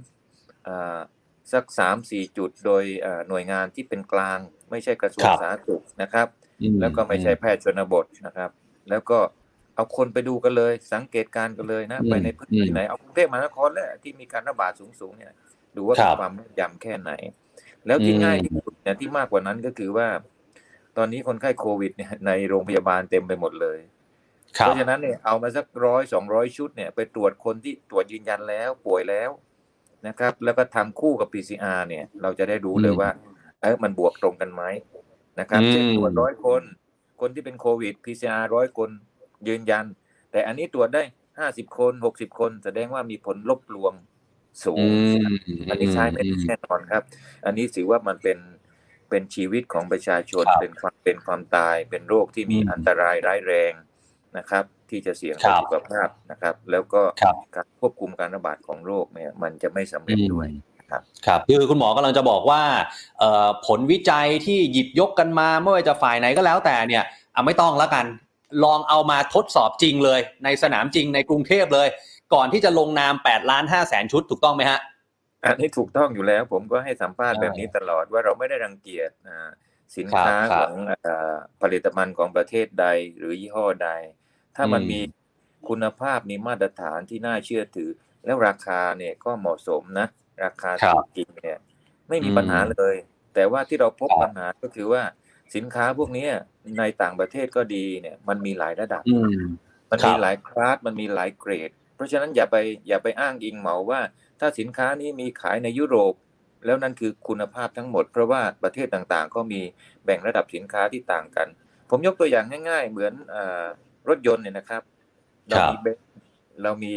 สัก 3-4 จุดโดยหน่วยงานที่เป็นกลางไม่ใช่กระทรวงสาธารณสุขนะครับแล้วก็ไม่ใช่แพทย์ชนบทนะครับแล้วก็เอาคนไปดูกันเลยสังเกตการณ์กันเลยนะไปในพื้นที่ไหนเอากรุงเทพมหานครแล้วที่มีการระบาดสูงๆเนี่ยดูว่ามีความแม่นยำแค่ไหนแล้วที่ง่ายที่สุดเนี่ยที่มากกว่านั้นก็คือว่าตอนนี้คนไข้โควิดเนี่ยในโรงพยาบาลเต็มไปหมดเลยเพราะฉะนั้นเนี่ยเอามาสัก100-200 ชุดเนี่ยไปตรวจคนที่ตรวจยืนยันแล้วป่วยแล้วนะครับแล้วก็ทำคู่กับ PCR เนี่ยเราจะได้รู้เลยว่ามันบวกตรงกันไหมนะครับเช่นตรวจ100 คนที่เป็นโควิด PCR 100 คนยืนยันแต่อันนี้ตรวจได้50 คน60 คนแสดงว่ามีผลลบรวมสูงอันนี้ใช้ไม่ได้แน่นอนครับอันนี้ถือว่ามันเป็นชีวิตของประชาชนเป็นความตายเป็นโรคที่มีอันตรายร้ายแรงนะครับที่จะเสี่ยงต่อสุขภาพนะครับแล้วก็การควบคุมการระบาดของโรคเนี่ยมันจะไม่สำเร็จด้วยครับคือคุณหมอกำลังจะบอกว่าผลวิจัยที่หยิบยกกันมาไม่ว่าจะฝ่ายไหนก็แล้วแต่เนี่ยไม่ต้องแล้วกันลองเอามาทดสอบจริงเลยในสนามจริงในกรุงเทพเลยก่อนที่จะลงนาม 8,500,000 ชุดถูกต้องไหมฮะอันนี้ถูกต้องอยู่แล้วผมก็ให้สัมภาษณ์แบบนี้ตลอดว่าเราไม่ได้รังเกียจสินค้าของผลิตภัณฑ์ของประเทศใดหรือยี่ห้อใดถ้ามันมีคุณภาพมีมาตรฐานที่น่าเชื่อถือแล้วราคาเนี่ยก็เหมาะสมนะราคาถูกจริงเนี่ยไม่มีปัญหาเลยแต่ว่าที่เราพบปัญหาก็คือว่าสินค้าพวกนี้ในต่างประเทศก็ดีเนี่ยมันมีหลายระดับมันมีหลายคลาสมันมีหลายเกรดเพราะฉะนั้นอย่าไปอ้างอิงเหมาว่าถ้าสินค้านี้มีขายในยุโรปแล้วนั่นคือคุณภาพทั้งหมดเพราะว่าประเทศต่างๆก็มีแบ่งระดับสินค้าที่ต่างกันผมยกตัวอย่างง่ายๆเหมือนรถยนต์เนี่ยนะครับเรามีเรามี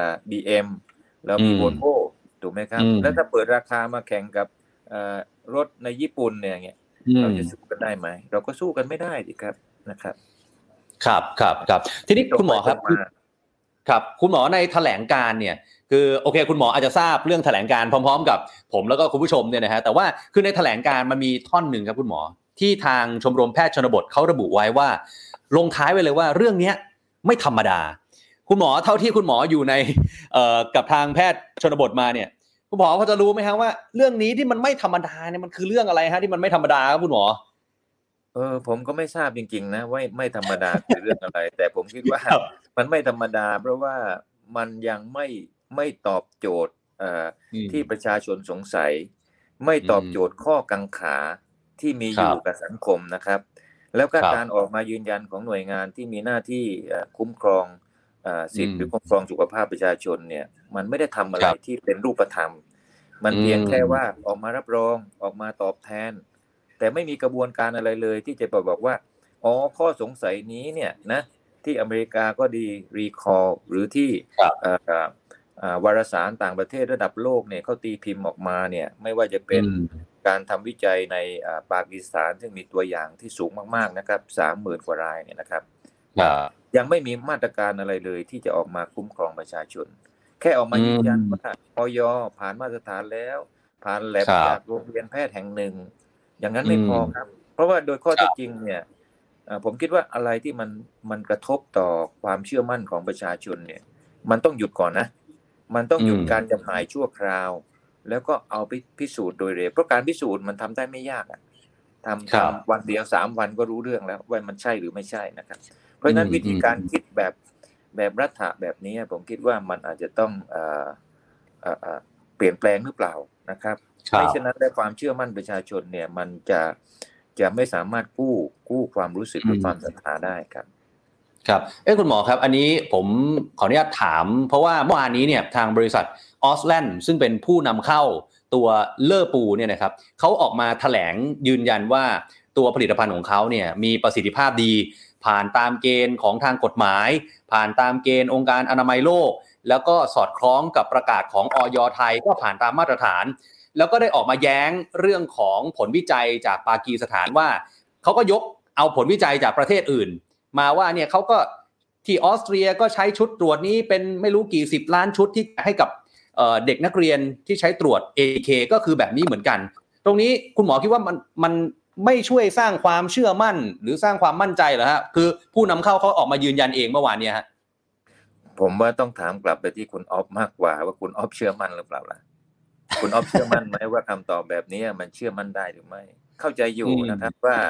BM เรามี Volvo ถูกไหมครับแล้วถ้าเปิดราคามาแข่งกับรถในญี่ปุ่นเนี่ยเราจะสู้กันได้ไหมเราก็สู้กันไม่ได้สิครับนะครับครับทีนี้คุณหมอครับคุณหมอในแถลงการเนี่ยคือโอเคคุณหมออาจจะทราบเรื่องแถลงการพร้อมๆกับผมแล้วก็คุณผู้ชมเนี่ยนะฮะแต่ว่าคือในแถลงการมันมีท่อนหนึ่งครับคุณหมอที่ทางชมรมแพทย์ชนบทเขาระบุไว้ว่าลงท้ายไว้เลยว่าเรื่องนี้ไม่ธรรมดาคุณหมอเท่าที่คุณหมออยู่ในกับทางแพทย์ชนบทมาเนี่ยคุณหมอพอจะรู้ไหมครับว่าเรื่องนี้ที่มันไม่ธรรมดาเนี่ยมันคือเรื่องอะไรฮะที่มันไม่ธรรมดาครับคุณหมอผมก็ไม่ทราบจริงๆนะว่าไม่ธรรมดาคือเรื่องอะไรแต่ผมคิดว่ามันไม่ธรรมดาเพราะว่ามันยังไม่ตอบโจทย์ที่ประชาชนสงสัยไม่ตอบโจทย์ข้อกังขาที่มีอยู่กับสังคมนะครับแล้วก็การออกมายืนยันของหน่วยงานที่มีหน้าที่คุ้มครองสิทธิหรือคุ้มครองสุขภาพประชาชนเนี่ยมันไม่ได้ทำอะไรที่เป็นรูปธรรมมันเพียงแค่ว่าออกมารับรองออกมาตอบแทนแต่ไม่มีกระบวนการอะไรเลยที่จะบอกว่าข้อสงสัยนี้เนี่ยนะที่อเมริกาก็ดีรีคอลหรือที่วารสารต่างประเทศระดับโลกเนี่ยเขาตีพิมพ์ออกมาเนี่ยไม่ว่าจะเป็นการทำวิจัยในปากีสถานซึ่งมีตัวอย่างที่สูงมากๆนะครับ 30,000 กว่ารายเนี่ยนะครับยังไม่มีมาตรการอะไรเลยที่จะออกมาคุ้มครองประชาชนแค่ออกมายืนยันว่าอย.ผ่านมาตรฐานแล้วผ่านแลบจากโรงเรียนแพทย์แห่งหนึ่งอย่างนั้นไม่พอครับเพราะว่าโดยข้อเท็จจริงเนี่ยผมคิดว่าอะไรที่มันกระทบต่อความเชื่อมั่นของประชาชนเนี่ยมันต้องหยุดก่อนนะมันต้องหยุดการจำหน่ายชั่วคราวแล้วก็เอาไปพิสูจน์โดยเร็วเพราะการพิสูจน์มันทำได้ไม่ยากทำวันเดียว3 วันก็รู้เรื่องแล้วว่ามันใช่หรือไม่ใช่นะครับเพราะฉะนั้นวิธีการคิดแบบรัฐะแบบนี้ผมคิดว่ามันอาจจะต้องเปลี่ยนแปลงหรือเปล่านะครับไม่เช่นนั้นได้ความเชื่อมั่นประชาชนเนี่ยมันจะไม่สามารถกู้ความรู้สึกหรือความศรัทธาได้ครับคุณหมอครับอันนี้ผมขออนุญาตถามเพราะว่าเมื่อวานนี้เนี่ยทางบริษัทออสแลนด์ซึ่งเป็นผู้นำเข้าตัวเลอปูเนี่ยนะครับเขาออกมาแถลงยืนยันว่าตัวผลิตภัณฑ์ของเขาเนี่ยมีประสิทธิภาพดีผ่านตามเกณฑ์ของทางกฎหมายผ่านตามเกณฑ์องค์การอนามัยโลกแล้วก็สอดคล้องกับประกาศของอย.ไทยก็ผ่านตามมาตรฐานแล้วก็ได้ออกมาแย้งเรื่องของผลวิจัยจากปากีสถานว่าเขาก็ยกเอาผลวิจัยจากประเทศอื่นมาว่าเนี่ยเขาก็ที่ออสเตรียก็ใช้ชุดตรวจนี้เป็นไม่รู้กี่10 ล้านชุดที่ให้กับเด็กนักเรียนที่ใช้ตรวจ ATK ก็คือแบบนี้เหมือนกันตรงนี้คุณหมอคิดว่ามันไม่ช่วยสร้างความเชื่อมั่นหรือสร้างความมั่นใจเหรอฮะคือผู้นำเข้าเขาออกมายืนยันเองเมื่อวานนี้ฮะผมว่าต้องถามกลับไปที่คุณออฟมากกว่าว่าคุณออฟเชื่อมั่นหรือเปล่าล่ะคุณออฟเชื่อมั่นไหมว่าคำตอบแบบนี้มันเชื่อมั่นได้หรือไม่เข้าใจอยู่นะครับว่า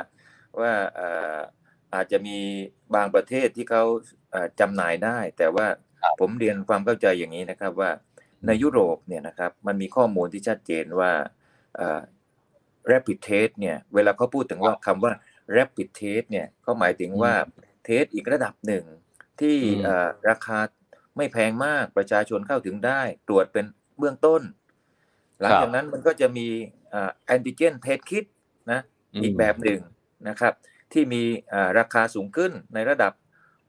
ว่าอาจจะมีบางประเทศที่เขาจำหน่ายได้แต่ว่าผมเรียนความเข้าใจอย่างนี้นะครับว่าในยุโรปเนี่ยนะครับมันมีข้อมูลที่ชัดเจนว่าrapid test เนี่ยเวลาเขาพูดถึงว่าคำว่า rapid test เนี่ยเขาหมายถึงว่าเทสอีกระดับหนึ่งที่ราคาไม่แพงมากประชาชนเข้าถึงได้ตรวจเป็นเบื้องต้นหลังจากนั้นมันก็จะมีantigen test kit นะอีกแบบหนึ่งนะครับที่มีราคาสูงขึ้นในระดับ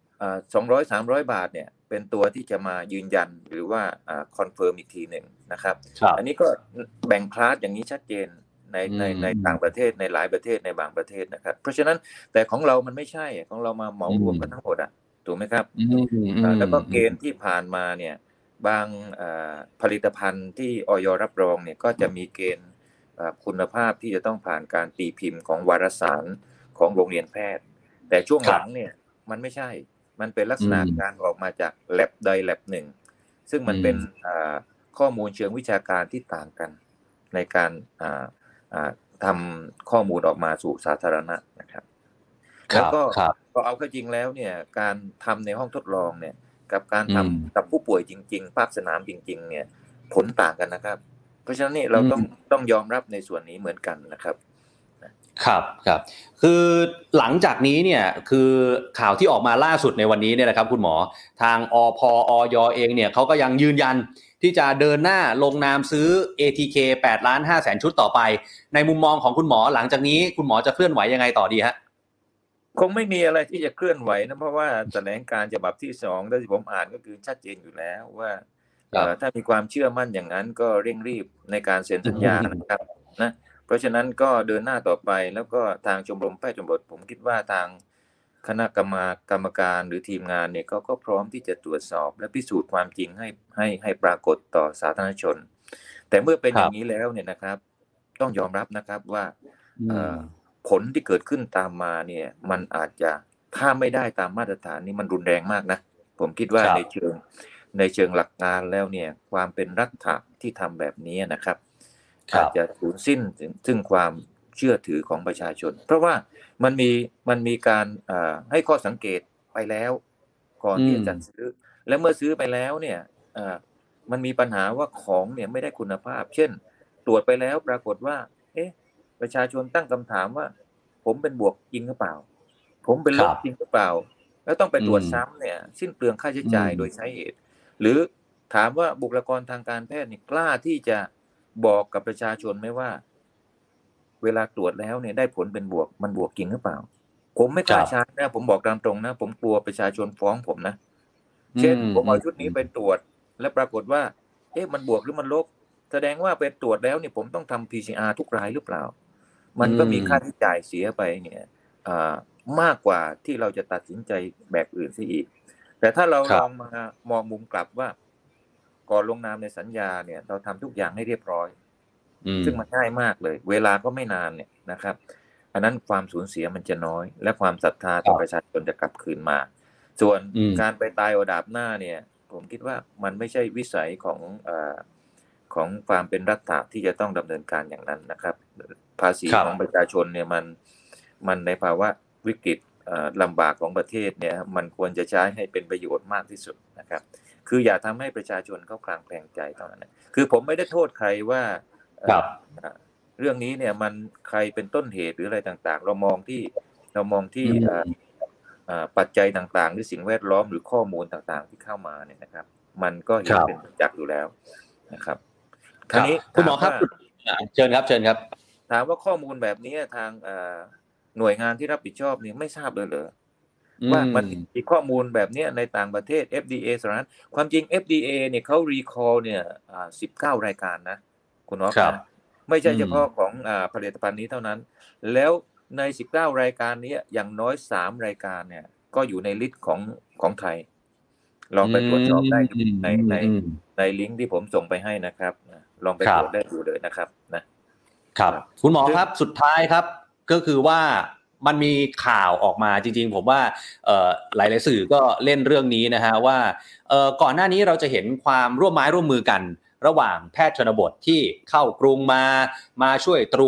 200-300 บาทเนี่ยเป็นตัวที่จะมายืนยันหรือว่าคอนเฟิร์มอีกทีหนึ่งนะครับอันนี้ก็แบ่งคลาสอย่างนี้ชัดเจนในต่างประเทศในหลายประเทศในบางประเทศนะครับเพราะฉะนั้นแต่ของเรามันไม่ใช่ของเรามาเหมารวมกันทั้งหมดถูกไหมครับแล้วก็เกณฑ์ที่ผ่านมาเนี่ยบางผลิตภัณฑ์ที่อย.รับรองเนี่ยก็จะมีเกณฑ์คุณภาพที่จะต้องผ่านการตีพิมพ์ของวารสารของโรงเรียนแพทย์แต่ช่วงหลังเนี่ยมันไม่ใช่มันเป็นลักษณะการออกมาจาก lab ใด lab หนึ่งซึ่งมันเป็นข้อมูลเชิงวิชาการที่ต่างกันในการทำข้อมูลออกมาสู่สาธารณะนะครับแล้วก็เอาเข้าจริงแล้วเนี่ยการทำในห้องทดลองเนี่ยกับการทำกับผู้ป่วยจริงๆภาคสนามจริงๆเนี่ยผลต่างกันนะครับเพราะฉะนั้นนี่เราต้องยอมรับในส่วนนี้เหมือนกันนะครับครับคือหลังจากนี้เนี่ยคือข่าวที่ออกมาล่าสุดในวันนี้เนี่ยนะครับคุณหมอทางอย.เองเนี่ยเขาก็ยังยืนยันที่จะเดินหน้าลงนามซื้อ ATK 8,500,000 ชุดต่อไปในมุมมองของคุณหมอหลังจากนี้คุณหมอจะเคลื่อนไหวยังไงต่อดีฮะคงไม่มีอะไรที่จะเคลื่อนไหวนะเพราะว่าแถลงการฉบับที่2ที่ผมอ่านก็คือชัดเจนอยู่แล้วว่าถ้ามีความเชื่อมั่นอย่างนั้นก็เร่งรีบในการเซ็นสัญญานะครับนะเพราะฉะนั้นก็เดินหน้าต่อไปแล้วก็ทางชมรมแพทย์ชนบทผมคิดว่าทางคณะกรรมการหรือทีมงานเนี่ยก็พร้อมที่จะตรวจสอบและพิสูจน์ความจริงให้ปรากฏต่อสาธารณชนแต่เมื่อเป็นอย่างนี้แล้วเนี่ยนะครับต้องยอมรับนะครับว่าผลที่เกิดขึ้นตามมาเนี่ยมันอาจจะถ้าไม่ได้ตามมาตรฐานนี่มันรุนแรงมากนะผมคิดว่าในเชิงหลักการแล้วเนี่ยความเป็นรัฐะที่ทำแบบนี้นะครับอาจจะสูญสิ้นซึ่งความเชื่อถือของประชาชนเพราะว่ามันมีการให้ข้อสังเกตไปแล้วก่อนที่จะซื้อและเมื่อซื้อไปแล้วเนี่ยมันมีปัญหาว่าของเนี่ยไม่ได้คุณภาพเช่นตรวจไปแล้วปรากฏว่าประชาชนตั้งคำถามว่าผมเป็นบวกจริงหรือเปล่าผมเป็นลบจริงหรือเปล่าแล้วต้องไปตรวจซ้ำเนี่ยสิ้นเปลืองค่าใช้จ่ายโดยใช้เหตุหรือถามว่าบุคลากรทางการแพทย์นี่กล้าที่จะบอกกับประชาชนไหมว่าเวลาตรวจแล้วเนี่ยได้ผลเป็นบวกมันบวกจริงหรือเปล่าผมไม่กล้าใช้นะผมบอกตามตรงนะผมกลัวประชาชนฟ้องผมนะเช่นผมเอาชุดนี้ไปตรวจแล้วปรากฏว่ามันบวกหรือมันลบแสดงว่าไปตรวจแล้วเนี่ยผมต้องทำ PCR ทุกรายหรือเปล่ามันก็มีค่าใช้จ่ายเสียไปเนี่ยมากกว่าที่เราจะตัดสินใจแบบอื่นซะอีกแต่ถ้าเราลองมามองมุมกลับว่าก่อนลงนามในสัญญาเนี่ยเราทำทุกอย่างให้เรียบร้อยซึ่งมันง่ายมากเลยเวลาก็ไม่นานเนี่ยนะครับอันนั้นความสูญเสียมันจะน้อยและความศรัทธาต่อประชาชนจะกลับคืนมาส่วนการไปตายเอาดาบหน้าเนี่ยผมคิดว่ามันไม่ใช่วิสัยของความเป็นรัฐะที่จะต้องดำเนินการอย่างนั้นนะครับภาษีของประชาชนเนี่ยมันในภาวะวิกฤตลำบากของประเทศเนี่ยมันควรจะใช้ให้เป็นประโยชน์มากที่สุดนะครับคืออย่าทำให้ประชาชนเขาคลางแคลงใจเท่านั้นคือผมไม่ได้โทษใครว่าเรื่องนี้เนี่ยมันใครเป็นต้นเหตุหรืออะไรต่างๆเรามองที่ปัจจัยต่างๆหรือสิ่งแวดล้อมหรือข้อมูลต่างๆที่เข้ามาเนี่ยนะครับมันก็เห็นเป็นประจักษ์อยู่แล้วนะครับคราวนี้คุณหมอครับเชิญครับถามว่าข้อมูลแบบนี้ทางหน่วยงานที่รับผิดชอบนี่ไม่ทราบเลยเหรอว่ามันมีข้อมูลแบบนี้ในต่างประเทศ FDA สหรัฐความจริง FDA เนี่ยเขา recall เนี่ย19 รายการนะคุณอ๊อฟนะไม่ใช่เฉพาะของผลิตภัณฑ์นี้เท่านั้นแล้วใน19 รายการนี้อย่างน้อย3 รายการเนี่ยก็อยู่ในลิสต์ของไทยลองไปตรวจสอบได้ในลิงก์ที่ผมส่งไปให้นะครับลองไปตรวจได้ดูเลยนะครับนะครับคุณหมอครับสุดท้ายครับก็คือว่ามันมีข่าวออกมาจริงๆผมว่าหลายๆสื่อก็เล่นเรื่องนี้นะฮะว่าก่อนหน้านี้เราจะเห็นความร่วมไม้ร่วมมือกันระหว่างแพทย์ชนบทที่เข้ากรุงมาช่วยตรวจ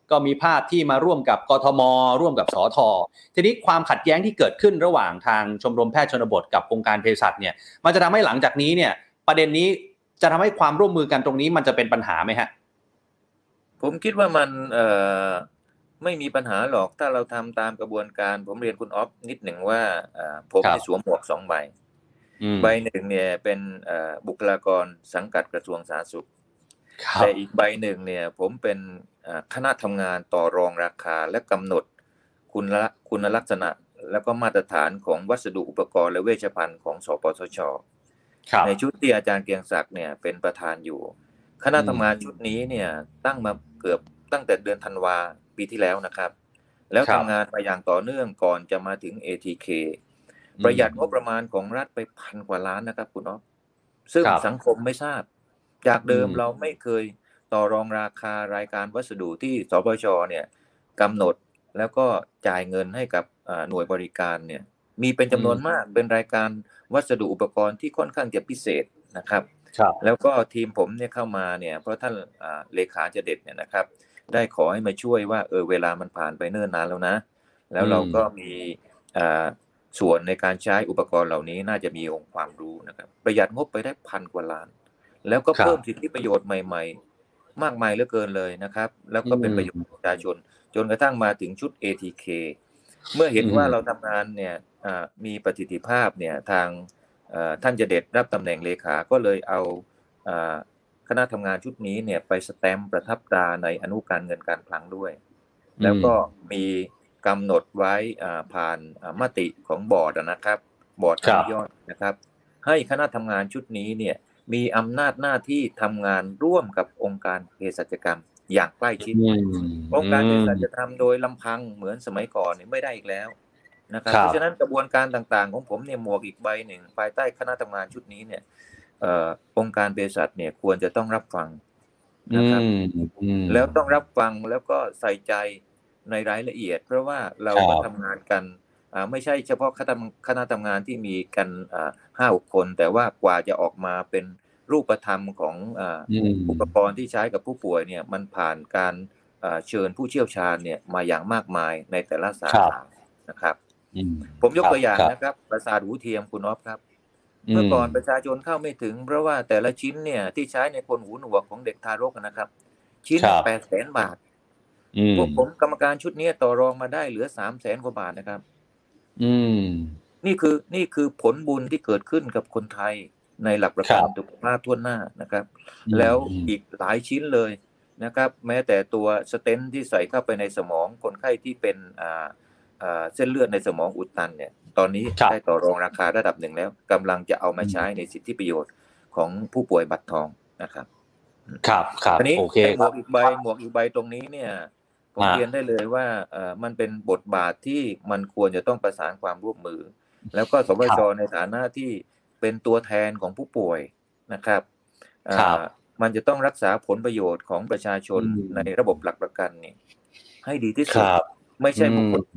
ก็มีภาพที่มาร่วมกับกทมร่วมกับสท.ทีนี้ความขัดแย้งที่เกิดขึ้นระหว่างทางชมรมแพทย์ชนบทกับองค์การเภสัชเนี่ยมันจะทำให้หลังจากนี้เนี่ยประเด็นนี้จะทำให้ความร่วมมือกันตรงนี้มันจะเป็นปัญหาไหมฮะผมคิดว่ามันไม่มีปัญหาหรอกถ้าเราทำตามกระบวนการผมเรียนคุณอ๊อฟนิดหนึ่งว่าผมได้สวมหมวก2 ใบใบหนึ่งเนี่ยเป็นบุคลากรสังกัดกระทรวงสาธารณสุขแต่อีกใบหนึ่งเนี่ยผมเป็นคณะทำงานต่อรองราคาและกำหนดคุณลักษณะแล้วก็มาตรฐานของวัสดุอุปกรณ์และเวชภัณฑ์ของสปสช.ในชุดที่อาจารย์เกรียงศักดิ์เนี่ยเป็นประธานอยู่คณะทำงานชุดนี้เนี่ยตั้งมาตั้งแต่เดือนธันวาปีที่แล้วนะครับแล้วทำงานมาอย่างต่อเนื่องก่อนจะมาถึง ATK ประหยัดงบประมาณของรัฐไป1,000 กว่าล้านนะครับคุณอ๊อฟซึ่งสังคมไม่ทราบจากเดิมเราไม่เคยต่อรองราคารายการวัสดุที่สปช.เนี่ยกำหนดแล้วก็จ่ายเงินให้กับหน่วยบริการเนี่ยมีเป็นจำนวนมากเป็นรายการวัสดุอุปกรณ์ที่ค่อนข้างจะพิเศษนะครับแล้วก็ทีมผมเนี่ยเข้ามาเนี่ยเพราะท่านเลขาเจเด็ดเนี่ยนะครับได้ขอให้มาช่วยว่าเวลามันผ่านไปเนิ่นนานแล้วนะแล้วเราก็มีส่วนในการใช้อุปกรณ์เหล่านี้น่าจะมีองค์ความรู้นะครับประหยัดงบไปได้1,000 กว่าล้านแล้วก็เพิ่มสิทธิประโยชน์ใหม่ๆมากมายเหลือเกินเลยนะครับแล้วก็เป็นประโยชน์ประชาชนจนกระทั่งมาถึงชุด ATK เมื่อเห็นว่าเราทำงานเนี่ยมีประสิทธิภาพเนี่ยทางท่านเจเด็ดรับตำแหน่งเลขาก็เลยเอาคณะทำงานชุดนี้เนี่ยไปสแตมป์ประทับตราในอนุการเงินการคลังด้วยแล้วก็มีกำหนดไว้ผ่านมติของบอร์ดนะครับบอร์ดอนุญาตนะครับให้คณะทำงานชุดนี้เนี่ยมีอำนาจหน้าที่ทำงานร่วมกับองค์การเภสัชกรรมอย่างใกล้ชิดองค์การเภสัชกรรมโดยลำพังเหมือนสมัยก่อนเนี่ยไม่ได้อีกแล้วนะครับเพราะฉะนั้นกระบวนการต่างๆของผมเนี่ยหมวกอีกใบหนึ่งภายใต้คณะทำงานชุดนี้เนี่ยองค์การเภสัชเนี่ยควรจะต้องรับฟังนะครับแล้วต้องรับฟังแล้วก็ใส่ใจในรายละเอียดเพราะว่าเราก็ทำงานกันไม่ใช่เฉพาะคณะทำงานที่มีกัน5-6 คนแต่ว่ากว่าจะออกมาเป็นรูปธรรมของอุปกรณ์ที่ใช้กับผู้ป่วยเนี่ยมันผ่านการเชิญผู้เชี่ยวชาญเนี่ยมาอย่างมากมายในแต่ละสาขานะครับผมยกตัวอย่างนะครับประสาทหูเทียมคุณอ๊อฟครับเมื่อก่อนประชาชนเข้าไม่ถึงเพราะว่าแต่ละชิ้นเนี่ยที่ใช้ในคนหูหนวกของเด็กทารกนะครับชิ้น800,000 บาทพวกผมกรรมการชุดนี้ต่อรองมาได้เหลือ300,000 กว่าบาทนะครับนี่คือผลบุญที่เกิดขึ้นกับคนไทยในหลักประกันสุขภาพทั่วหน้านะครับแล้วอีกหลายชิ้นเลยนะครับแม้แต่ตัวสเตนท์ที่ใส่เข้าไปในสมองคนไข้ที่เป็นเส้นเลือดในสมองอุดตันเนี่ยตอนนี้ได้ต่อรองราคาระดับหนึ่งแล้วกำลังจะเอามาใช้ในสิทธิประโยชน์ของผู้ป่วยบัตรทองนะครับครับอันนี้หมวกอีกใบตรงนี้เนี่ยผมเรียนได้เลยว่ามันเป็นบทบาทที่มันควรจะต้องประสานความร่วมมือแล้วก็สปช.ในฐานะที่เป็นตัวแทนของผู้ป่วยนะครับมันจะต้องรักษาผลประโยชน์ของประชาชนในระบบหลักประกันนี่ให้ดีที่สุดไม่ใช่บุคคล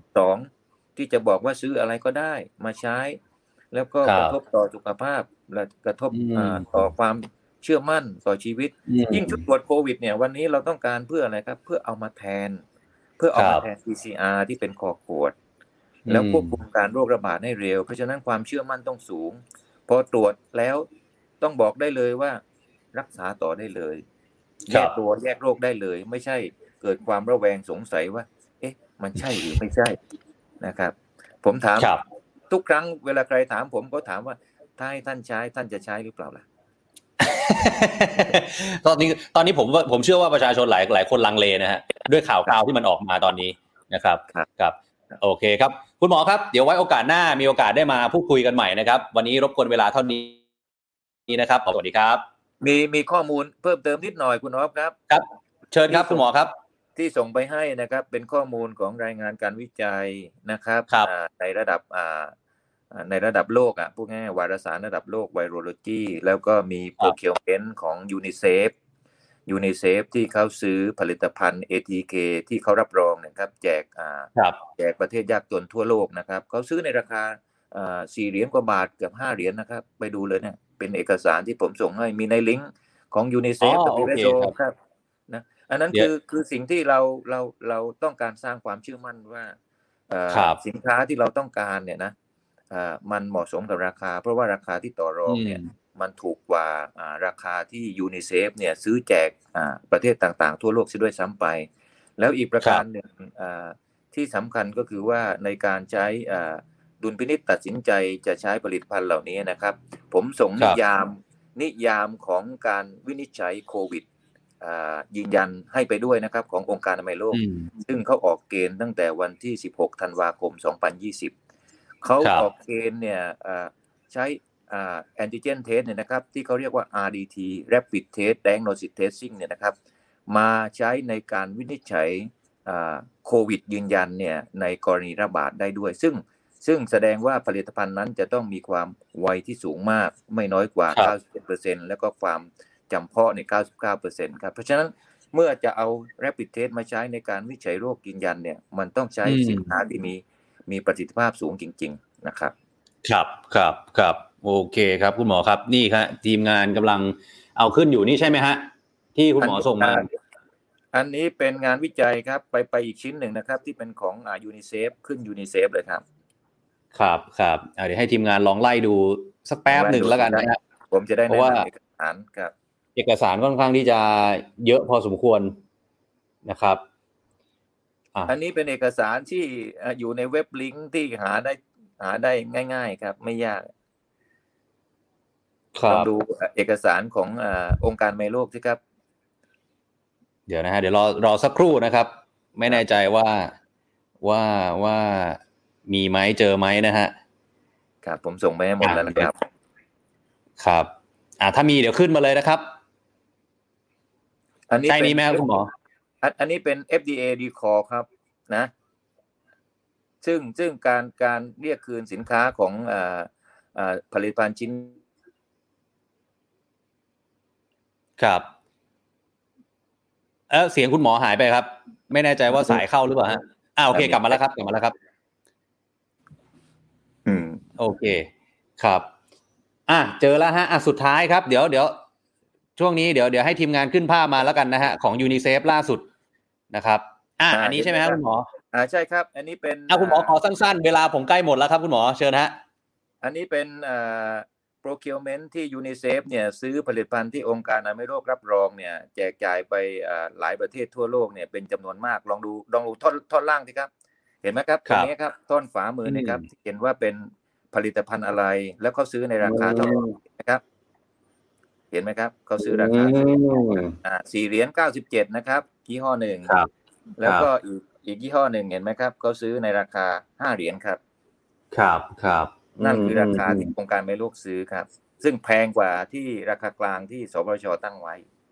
2ที่จะบอกว่าซื้ออะไรก็ได้มาใช้แล้วก็กระทบต่อสุขภาพและกระทบต่อความเชื่อมั่นต่อชีวิตยิ่งชุดตรวจโควิดเนี่ยวันนี้เราต้องการเพื่ออะไรครับเพื่อเอามาแทน PCR ที่เป็นคอขวดแล้วควบคุมการโรคระบาดให้เร็วเพราะฉะนั้นความเชื่อมั่นต้องสูงพอตรวจแล้วต้องบอกได้เลยว่ารักษาต่อได้เลยแยกตัวแยกโรคได้เลยไม่ใช่เกิดความระแวงสงสัยว่าเอ๊ะมันใช่หรือไม่ใช่นะครับผมถามทุกครั้งเวลาใครถามผมก็ถามว่าถ้าให้ท่านใช้ท่านจะใช้หรือเปล่าล่ะตอนนี้ผมเชื่อว่าประชาชนหลายคนลังเลนะฮะด้วยข่าวที่มันออกมาตอนนี้นะครับครับโอเคครับคุณหมอครับเดี๋ยวไว้โอกาสหน้ามีโอกาสได้มาพูดคุยกันใหม่นะครับวันนี้รบกวนเวลาเท่านี้นะครับสวัสดีครับมีข้อมูลเพิ่มเติมนิดหน่อยคุณอ๊อฟครับครับเชิญครับคุณหมอครับที่ส่งไปให้นะครับเป็นข้อมูลของรายงานการวิจัยนะครับในระดับโลกพูดง่ายวารสารระดับโลกไวโรโลจีแล้วก็มีโปรเคลเมนต์ของยูนิเซฟที่เขาซื้อผลิตภัณฑ์ ATK ที่เขารับรองนะครับแจกประเทศยากจนทั่วโลกนะครับเขาซื้อในราคา$4 กว่าบาทเกือบ$5นะครับไปดูเลยเนี่ยเป็นเอกสารที่ผมส่งให้มีในลิงก์ของยูนิเซฟกับ WHO ครับนะอันนั้นคือสิ่งที่เราต้องการสร้างความเชื่อมั่นว่าสินค้าที่เราต้องการเนี่ยนะมันเหมาะสมกับราคาเพราะว่าราคาที่ต่อรองเนี่ยมันถูกกว่าราคาที่ยูนิเซฟเนี่ยซื้อแจกประเทศต่างๆทั่วโลกซะด้วยซ้ำไปแล้วอีกประการหนึ่งที่สำคัญก็คือว่าในการใช้ดุลพินิจตัดสินใจจะใช้ผลิตภัณฑ์เหล่านี้นะครับผมส่งนิยามของการวินิจฉัยโควิดยืนยันให้ไปด้วยนะครับขององค์การอนามัยโลกซึ่งเขาออกเกณฑ์ตั้งแต่วันที่16ธันวาคม2020เขาออกเกณฑ์เนี่ยใช้แอนติเจนเทสเนี่ยนะครับที่เขาเรียกว่า RDT Rapid Test Diagnostic Testing เนี่ยนะครับมาใช้ในการวินิจฉัยโควิดยืนยันเนี่ยในกรณีระบาดได้ด้วยซึ่งแสดงว่าผลิตภัณฑ์นั้นจะต้องมีความไวที่สูงมากไม่น้อยกว่า 91% แล้วก็ความจำเพาะใน 99% ครับเพราะฉะนั้นเมื่อจะเอา Rapid Test มาใช้ในการวิจัยโรคยืนยันเนี่ยมันต้องใช้สินค้าที่มีประสิทธิภาพสูงจริงๆนะครับครับโอเคครับคุณหมอครับนี่ครับทีมงานกำลังเอาขึ้นอยู่นี่ใช่ไหมฮะที่คุณหมอส่งมาอันนี้เป็นงานวิจัยครับไปอีกชิ้นหนึ่งนะครับที่เป็นของยูนิเซฟขึ้นยูนิเซฟเลยครับเดี๋ยวให้ทีมงานลองไล่ดูสักแป๊บหนึ่งแล้วกันนะครับผมจะได้แนะนำเอกสารครับเอกสารค่อนข้างที่จะเยอะพอสมควรนะครับอันนี้เป็นเอกสารที่อยู่ในเว็บลิงก์ที่หาได้ง่ายๆครับไม่ยากลองดูเอกสารขององค์การอนามัยโลกสิครับเดี๋ยวนะฮะเดี๋ยวรอสักครู่นะครับไม่แน่ใจว่ามีไหมเจอไหมนะฮะครับผมส่งไปให้หมดแล้วนะครับครับถ้ามีเดี๋ยวขึ้นมาเลยนะครับอันนี้ใช่นี้ไหมครับคุณหมออันนี้เป็น FDA recall ครับนะซึ่งการเรียกคืนสินค้าของผลิตภัณฑ์ชิ้นครับเสียงคุณหมอหายไปครับไม่แน่ใจว่าสายเข้าหรือเปล่าฮะโอเคกลับมาแล้วครับโอเคครับเจอแล้วฮะสุดท้ายครับเดี๋ยวช่วงนี้เดี๋ยวให้ทีมงานขึ้นภาพมาแล้วกันนะฮะของยูนิเซฟล่าสุดนะครับอันนี้ใช่ไหมครับคุณหมอใช่ครับอันนี้เป็นคุณหมอขอสั้นๆเวลาผมใกล้หมดแล้วครับคุณหมอเชิญฮะอันนี้เป็นprocurement ที่ยูนิเซฟเนี่ยซื้อผลิตภัณฑ์ที่องค์การอนามัยโลกรับรองเนี่ยแจกจ่ายไปหลายประเทศทั่วโลกเนี่ยเป็นจำนวนมากลองดูท่อนล่างสิครับเห็นไหมครับตรงนี้ครับท่อนฝามือนะครับเห็นว่าเป็นผลิตภัณฑ์อะไรแล้วเขาซื้อในราคาเท่าไหร่นะครับเห็นไหมครับเขาซื้อราคา$4.97นะครับยี่ห้อหนึ่งแล้วก็อีกยี่ห้อหนึ่งเห็นไหมครับเขาซื้อในราคา$5ครับนั่นคือราคาที่องค์การอนามัยโลกซื้อครับซึ่งแพงกว่าที่ราคากลางที่สปช.ตั้งไว้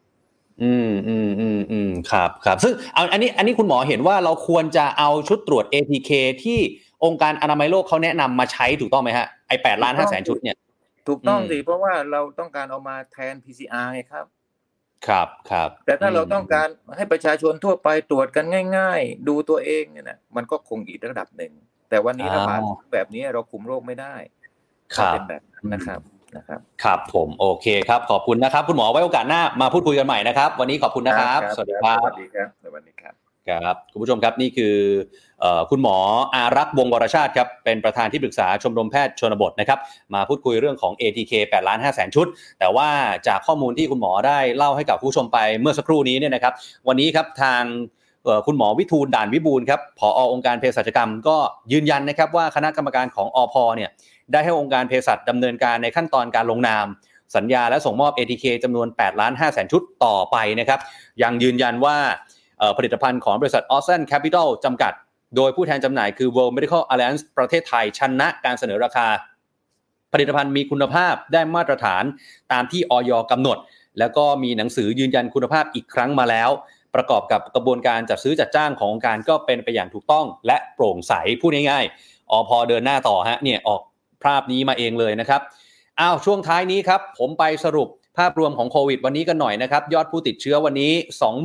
ครับซึ่งอันนี้คุณหมอเห็นว่าเราควรจะเอาชุดตรวจ ATK ที่องค์การอนามัยโลกเขาแนะนำมาใช้ถูกต้องไหมฮะไอ้ 8,500,000 ชุดเนี่ยถูกต้องสิเพราะว่าเราต้องการเอามาแทน PCR ไงครับครับแต่ถ้าเราต้องการให้ประชาชนทั่วไปตรวจกันง่ายๆดูตัวเองเนี่ยนะมันก็คงอีกระดับหนึ่งแต่วันนี้ระบาดแบบนี้เราคุมโรคไม่ได้เป็นแบบนั้นนะครับผมโอเคครับขอบคุณนะครับคุณหมอไว้โอกาสหน้ามาพูดคุยกันใหม่นะครับวันนี้ขอบคุณนะครับสวัสดีครับสวัสดีครับครับคุณผู้ชมครับนี่คือคุณหมออารักษ์วงศ์วรชาติครับเป็นประธานที่ปรึกษาชมรมแพทย์ชนบทนะครับมาพูดคุยเรื่องของ ATK 8,500,000 ชุดแต่ว่าจากข้อมูลที่คุณหมอได้เล่าให้กับผู้ชมไปเมื่อสักครู่นี้เนี่ยนะครับวันนี้ครับทางคุณหมอวิทูลด่านวิบูลย์ครับผอ.องค์การเภสัชกรรมก็ยืนยันนะครับว่าคณะกรรมการของอภ.เนี่ยได้ให้องค์การเภสัชดำเนินการในขั้นตอนการลงนามสัญญาและส่งมอบ ATK จำนวน 8,500,000 ชุดต่อไปนะครับยังยืนยันว่าผลิตภัณฑ์ของบริษัท Ocean Capital จำกัดโดยผู้แทนจำหน่ายคือ World Medical Alliance ประเทศไทยชนะการเสนอราคาผลิตภัณฑ์มีคุณภาพได้มาตรฐานตามที่อย.กำหนดแล้วก็มีหนังสือยืนยันคุณภาพอีกครั้งมาแล้วประกอบกับกระบวนการจัดซื้อจัดจ้างขององค์การก็เป็นไปอย่างถูกต้องและโปร่งใสพูดง่ายๆอภ.เดินหน้าต่อฮะเนี่ยออกภาพนี้มาเองเลยนะครับช่วงท้ายนี้ครับผมไปสรุปภาพรวมของโควิดวันนี้กันหน่อยนะครับยอดผู้ติดเชื้อวันนี้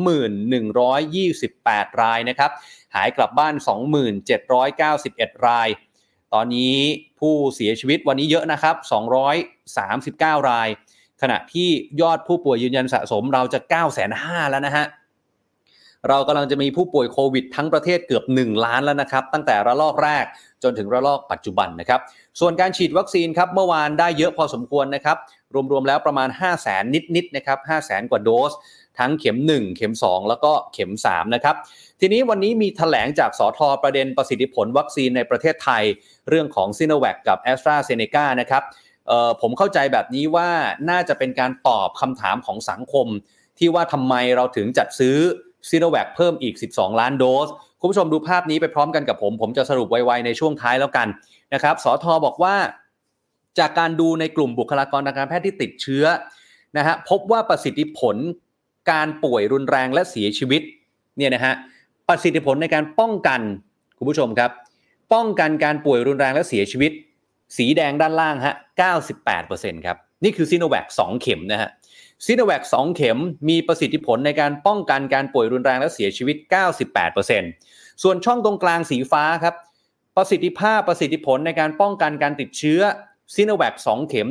21,128 รายนะครับหายกลับบ้าน 2,791 รายตอนนี้ผู้เสียชีวิตวันนี้เยอะนะครับ239รายขณะที่ยอดผู้ป่วยยืนยันสะสมเราจะ 950,000 แล้วนะฮะเรากำลังจะมีผู้ป่วยโควิดทั้งประเทศเกือบ1ล้านแล้วนะครับตั้งแต่ระลอกแรกจนถึงระลอกปัจจุบันนะครับส่วนการฉีดวัคซีนครับเมื่อวานได้เยอะพอสมควรนะครับรวมๆแล้วประมาณ 500,000 นิดๆนะครับ 500,000 กว่าโดสทั้งเข็ม1เข็ม2แล้วก็เข็ม3นะครับทีนี้วันนี้มีแถลงจากสท.ประเด็นประสิทธิผลวัคซีนในประเทศไทยเรื่องของซิโนแวคกับ AstraZeneca นะครับผมเข้าใจแบบนี้ว่าน่าจะเป็นการตอบคำถามของสังคมที่ว่าทำไมเราถึงจัดซื้อซิโนแวคเพิ่มอีก12ล้านโดสคุณผู้ชมดูภาพนี้ไปพร้อมกันกับผมจะสรุปไวๆในช่วงท้ายแล้วกันนะครับสท.บอกว่าจากการดูในกลุ่มบุคลากรทางการแพทย์ที่ติดเชื้อนะฮะพบว่าประสิทธิผลการป่วยรุนแรงและเสียชีวิตเนี่ยนะฮะประสิทธิผลในการป้องกันคุณผู้ชมครับป้องกันการป่วยรุนแรงและเสียชีวิตสีแดงด้านล่างฮะ 98% ครับนี่คือซิโนแวค2เข็มนะฮะซิโนแวค2เข็มมีประสิทธิผลในการป้องกันการป่วยรุนแรงและเสียชีวิต 98% ส่วนช่องตรงกลางสีฟ้าครับประสิทธิผลในการป้องกันการติดเชื้อซิโนแวค2เข็ม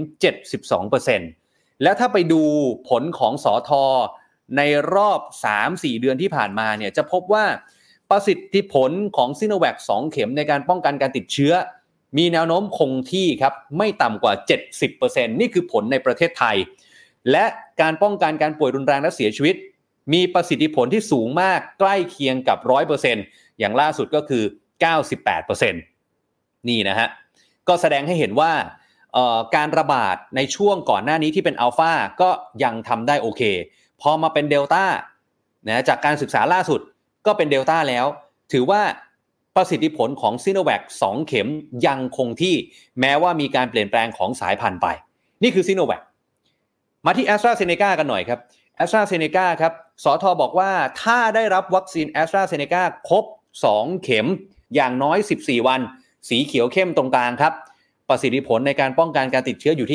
72% แล้วถ้าไปดูผลของสท.ในรอบ 3-4 เดือนที่ผ่านมาเนี่ยจะพบว่าประสิทธิผลของซิโนแวค2เข็มในการป้องกันการติดเชื้อมีแนวโน้มคงที่ครับไม่ต่ำกว่า 70% นี่คือผลในประเทศไทยและการป้องกันการป่วยรุนแรงและเสียชีวิตมีประสิทธิผลที่สูงมากใกล้เคียงกับ 100% อย่างล่าสุดก็คือ 98% นี่นะฮะก็แสดงให้เห็นว่าการระบาดในช่วงก่อนหน้านี้ที่เป็นอัลฟาก็ยังทำได้โอเคพอมาเป็นเดลต้านะจากการศึกษาล่าสุดก็เป็นเดลต้าแล้วถือว่าประสิทธิผลของซิโนแวค2เข็มยังคงที่แม้ว่ามีการเปลี่ยนแปลงของสายพันธุ์ไปนี่คือซิโนแวคมาที่ AstraZeneca กันหน่อยครับ AstraZeneca ครับสท.บอกว่าถ้าได้รับวัคซีน AstraZeneca ครบ2เข็มอย่างน้อย14วันสีเขียวเข้มตรงกลางครับประสิทธิผลในการป้องกันการติดเชื้ออยู่ที่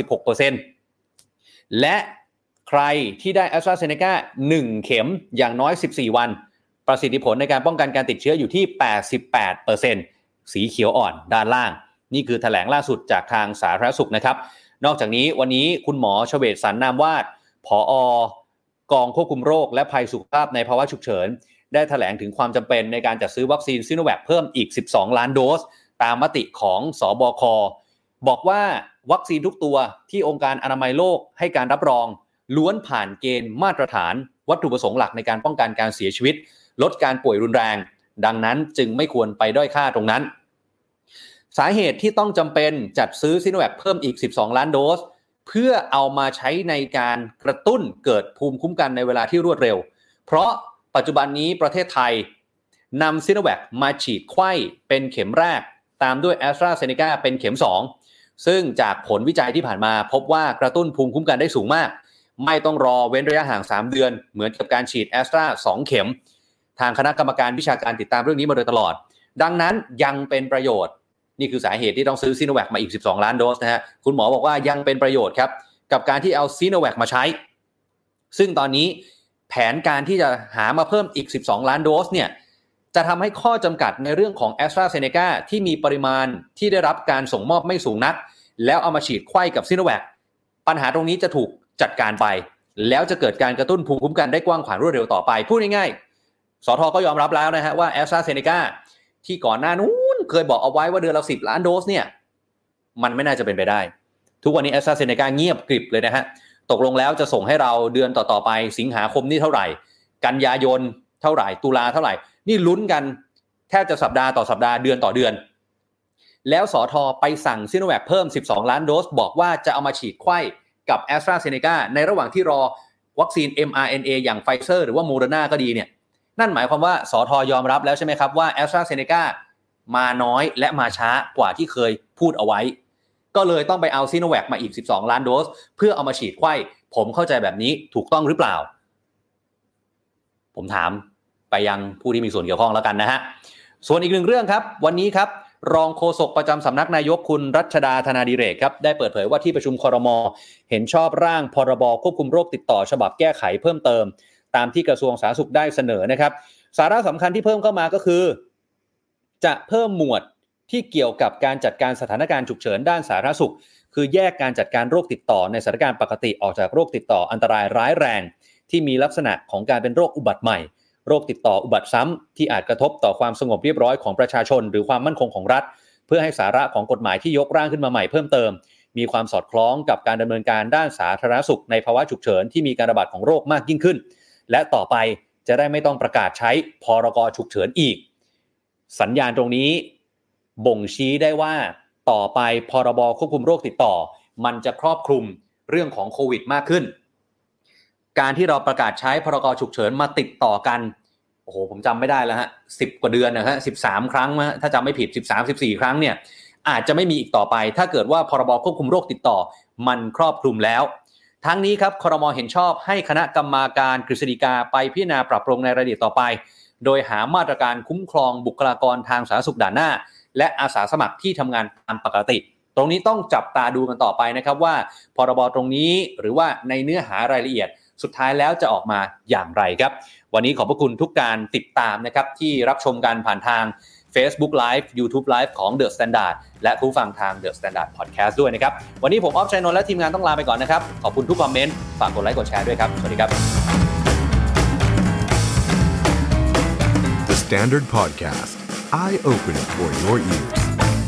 96% และใครที่ได้ AstraZeneca 1เข็มอย่างน้อย14วันประสิทธิผลในการป้องกันการติดเชื้ออยู่ที่ 88% สีเขียวอ่อนด้านล่างนี่คือแถลงล่าสุดจากทางสาธารณสุขนะครับนอกจากนี้วันนี้คุณหมอชเวศสรรนามวาดผอกองควบคุมโรคและภัยสุขภาพในภาวะฉุกเฉินได้แถลงถึงความจำเป็นในการจัดซื้อวัคซีนซิโนแวคเพิ่มอีก12ล้านโดสตามมติของสบคบอกว่าวัคซีนทุกตัวที่องค์การอนามัยโลกให้การรับรองล้วนผ่านเกณฑ์มาตรฐานวัตถุประสงค์หลักในการป้องกันการเสียชีวิตลดการป่วยรุนแรงดังนั้นจึงไม่ควรไปด้อยค่าตรงนั้นสาเหตุที่ต้องจำเป็นจัดซื้อซิโนแวคเพิ่มอีก12ล้านโดสเพื่อเอามาใช้ในการกระตุ้นเกิดภูมิคุ้มกันในเวลาที่รวดเร็วเพราะปัจจุบันนี้ประเทศไทยนำซิโนแวคมาฉีดไข้เป็นเข็มแรกตามด้วย AstraZeneca เป็นเข็ม2ซึ่งจากผลวิจัยที่ผ่านมาพบว่ากระตุ้นภูมิคุ้มกันได้สูงมากไม่ต้องรอเว้นระยะห่าง3เดือนเหมือนกับการฉีด Astra 2เข็มทางคณะกรรมการวิชาการติดตามเรื่องนี้มาโดยตลอดดังนั้นยังเป็นประโยชน์นี่คือสาเหตุที่ต้องซื้อซิโนแวคมาอีก12ล้านโดสนะฮะคุณหมอบอกว่ายังเป็นประโยชน์ครับกับการที่เอาซิโนแวคมาใช้ซึ่งตอนนี้แผนการที่จะหามาเพิ่มอีก12ล้านโดสเนี่ยจะทำให้ข้อจำกัดในเรื่องของ AstraZeneca ที่มีปริมาณที่ได้รับการส่งมอบไม่สูงนักแล้วเอามาฉีดไข้กับซิโนแวคปัญหาตรงนี้จะถูกจัดการไปแล้วจะเกิดการกระตุ้นภูมิคุ้มกันได้กว้างขวางรวดเร็วต่อไปพูดง่ายๆสท.ก็ยอมรับแล้วนะฮะว่า AstraZeneca ที่ก่อนหน้านู้นเคยบอกเอาไว้ว่าเดือนละ10ล้านโดสเนี่ยมันไม่น่าจะเป็นไปได้ทุกวันนี้ AstraZeneca เงียบกริบเลยนะฮะตกลงแล้วจะส่งให้เราเดือนต่อๆไปสิงหาคมนี่เท่าไหร่กันยายนเท่าไหร่ตุลาเท่าไหร่นี่ลุ้นกันแทบจะสัปดาห์ต่อสัปดาห์เดือนต่อเดือนแล้วสท.ไปสั่งซิโนแวคเพิ่ม12ล้านโดสบอกว่าจะเอามาฉีดไข้กับ AstraZeneca ในระหว่างที่รอวัคซีน mRNA อย่าง Pfizer หรือว่า Moderna ก็ดีเนี่ยนั่นหมายความว่าสท.ยอมรับแล้วใช่ไหมครับว่า AstraZeneca มาน้อยและมาช้ากว่าที่เคยพูดเอาไว้ก็เลยต้องไปเอาซิโนแวคมาอีก12ล้านโดสเพื่อเอามาฉีดไข้ผมเข้าใจแบบนี้ถูกต้องหรือเปล่าผมถามไปยังผู้ที่มีส่วนเกี่ยวข้องแล้วกันนะฮะส่วนอีกหนึ่งเรื่องครับวันนี้ครับรองโฆษกประจำสำนักนายกคุณรัชดาธนาดิเรกครับได้เปิดเผยว่าที่ประชุมครม.เห็นชอบร่างพรบควบคุมโรคติดต่อฉบับแก้ไขเพิ่มเติมตามที่กระทรวงสาธารณสุขได้เสนอนะครับสาระสำคัญที่เพิ่มเข้ามาก็คือจะเพิ่มหมวดที่เกี่ยวกับการจัดการสถานการณ์ฉุกเฉินด้านสาธารณสุขคือแยกการจัดการโรคติดต่อในสถานการณ์ปกติออกจากโรคติดต่ออันตรายร้ายแรงที่มีลักษณะของการเป็นโรคอุบัติใหม่โรคติดต่ออุบัติซ้ำที่อาจกระทบต่อความสงบเรียบร้อยของประชาชนหรือความมั่นคงของรัฐเพื่อให้สาระของกฎหมายที่ยกร่างขึ้นมาใหม่เพิ่มเติมมีความสอดคล้องกับการดำเนินการด้านสาธารณสุขในภาวะฉุกเฉินที่มีการระบาดของโรคมากยิ่งขึ้นและต่อไปจะได้ไม่ต้องประกาศใช้พรก.ฉุกเฉินอีกสัญญาณตรงนี้บ่งชี้ได้ว่าต่อไปพรบ.ควบคุมโรคติดต่อมันจะครอบคลุมเรื่องของโควิดมากขึ้นการที่เราประกาศใช้พรก.ฉุกเฉินมาติดต่อกันโอ้โหผมจำไม่ได้แล้วฮะ10 กว่าเดือนนะฮะ13 ครั้งนะถ้าจำไม่ผิด13-14 ครั้งเนี่ยอาจจะไม่มีอีกต่อไปถ้าเกิดว่าพรบ.ควบคุมโรคติดต่อมันครอบคลุมแล้วทั้งนี้ครับครม.เห็นชอบให้คณะกรรมาการกฤษฎีกาไปพิจารณาปรับปรุงในรายละเอียดต่อไปโดยหามาตรการคุ้มครองบุคลากรทางสาธารณสุขด่านหน้าและอาสาสมัครที่ทำงานตามปกติตรงนี้ต้องจับตาดูกันต่อไปนะครับว่าพรบ.ตรงนี้หรือว่าในเนื้อหารายละเอียดสุดท้ายแล้วจะออกมาอย่างไรครับวันนี้ขอบพระคุณทุกการติดตามนะครับที่รับชมกันผ่านทาง Facebook Live YouTube Live ของ The Standard และผู้ฟังทาง The Standard Podcast ด้วยนะครับวันนี้ผมออฟชัยนนท์และทีมงานต้องลาไปก่อนนะครับขอบคุณทุกคอมเมนต์ฝากกดไลค์กดแชร์ด้วยครับสวัสดีครับ The Standard Podcast Eye Opening for Your Ears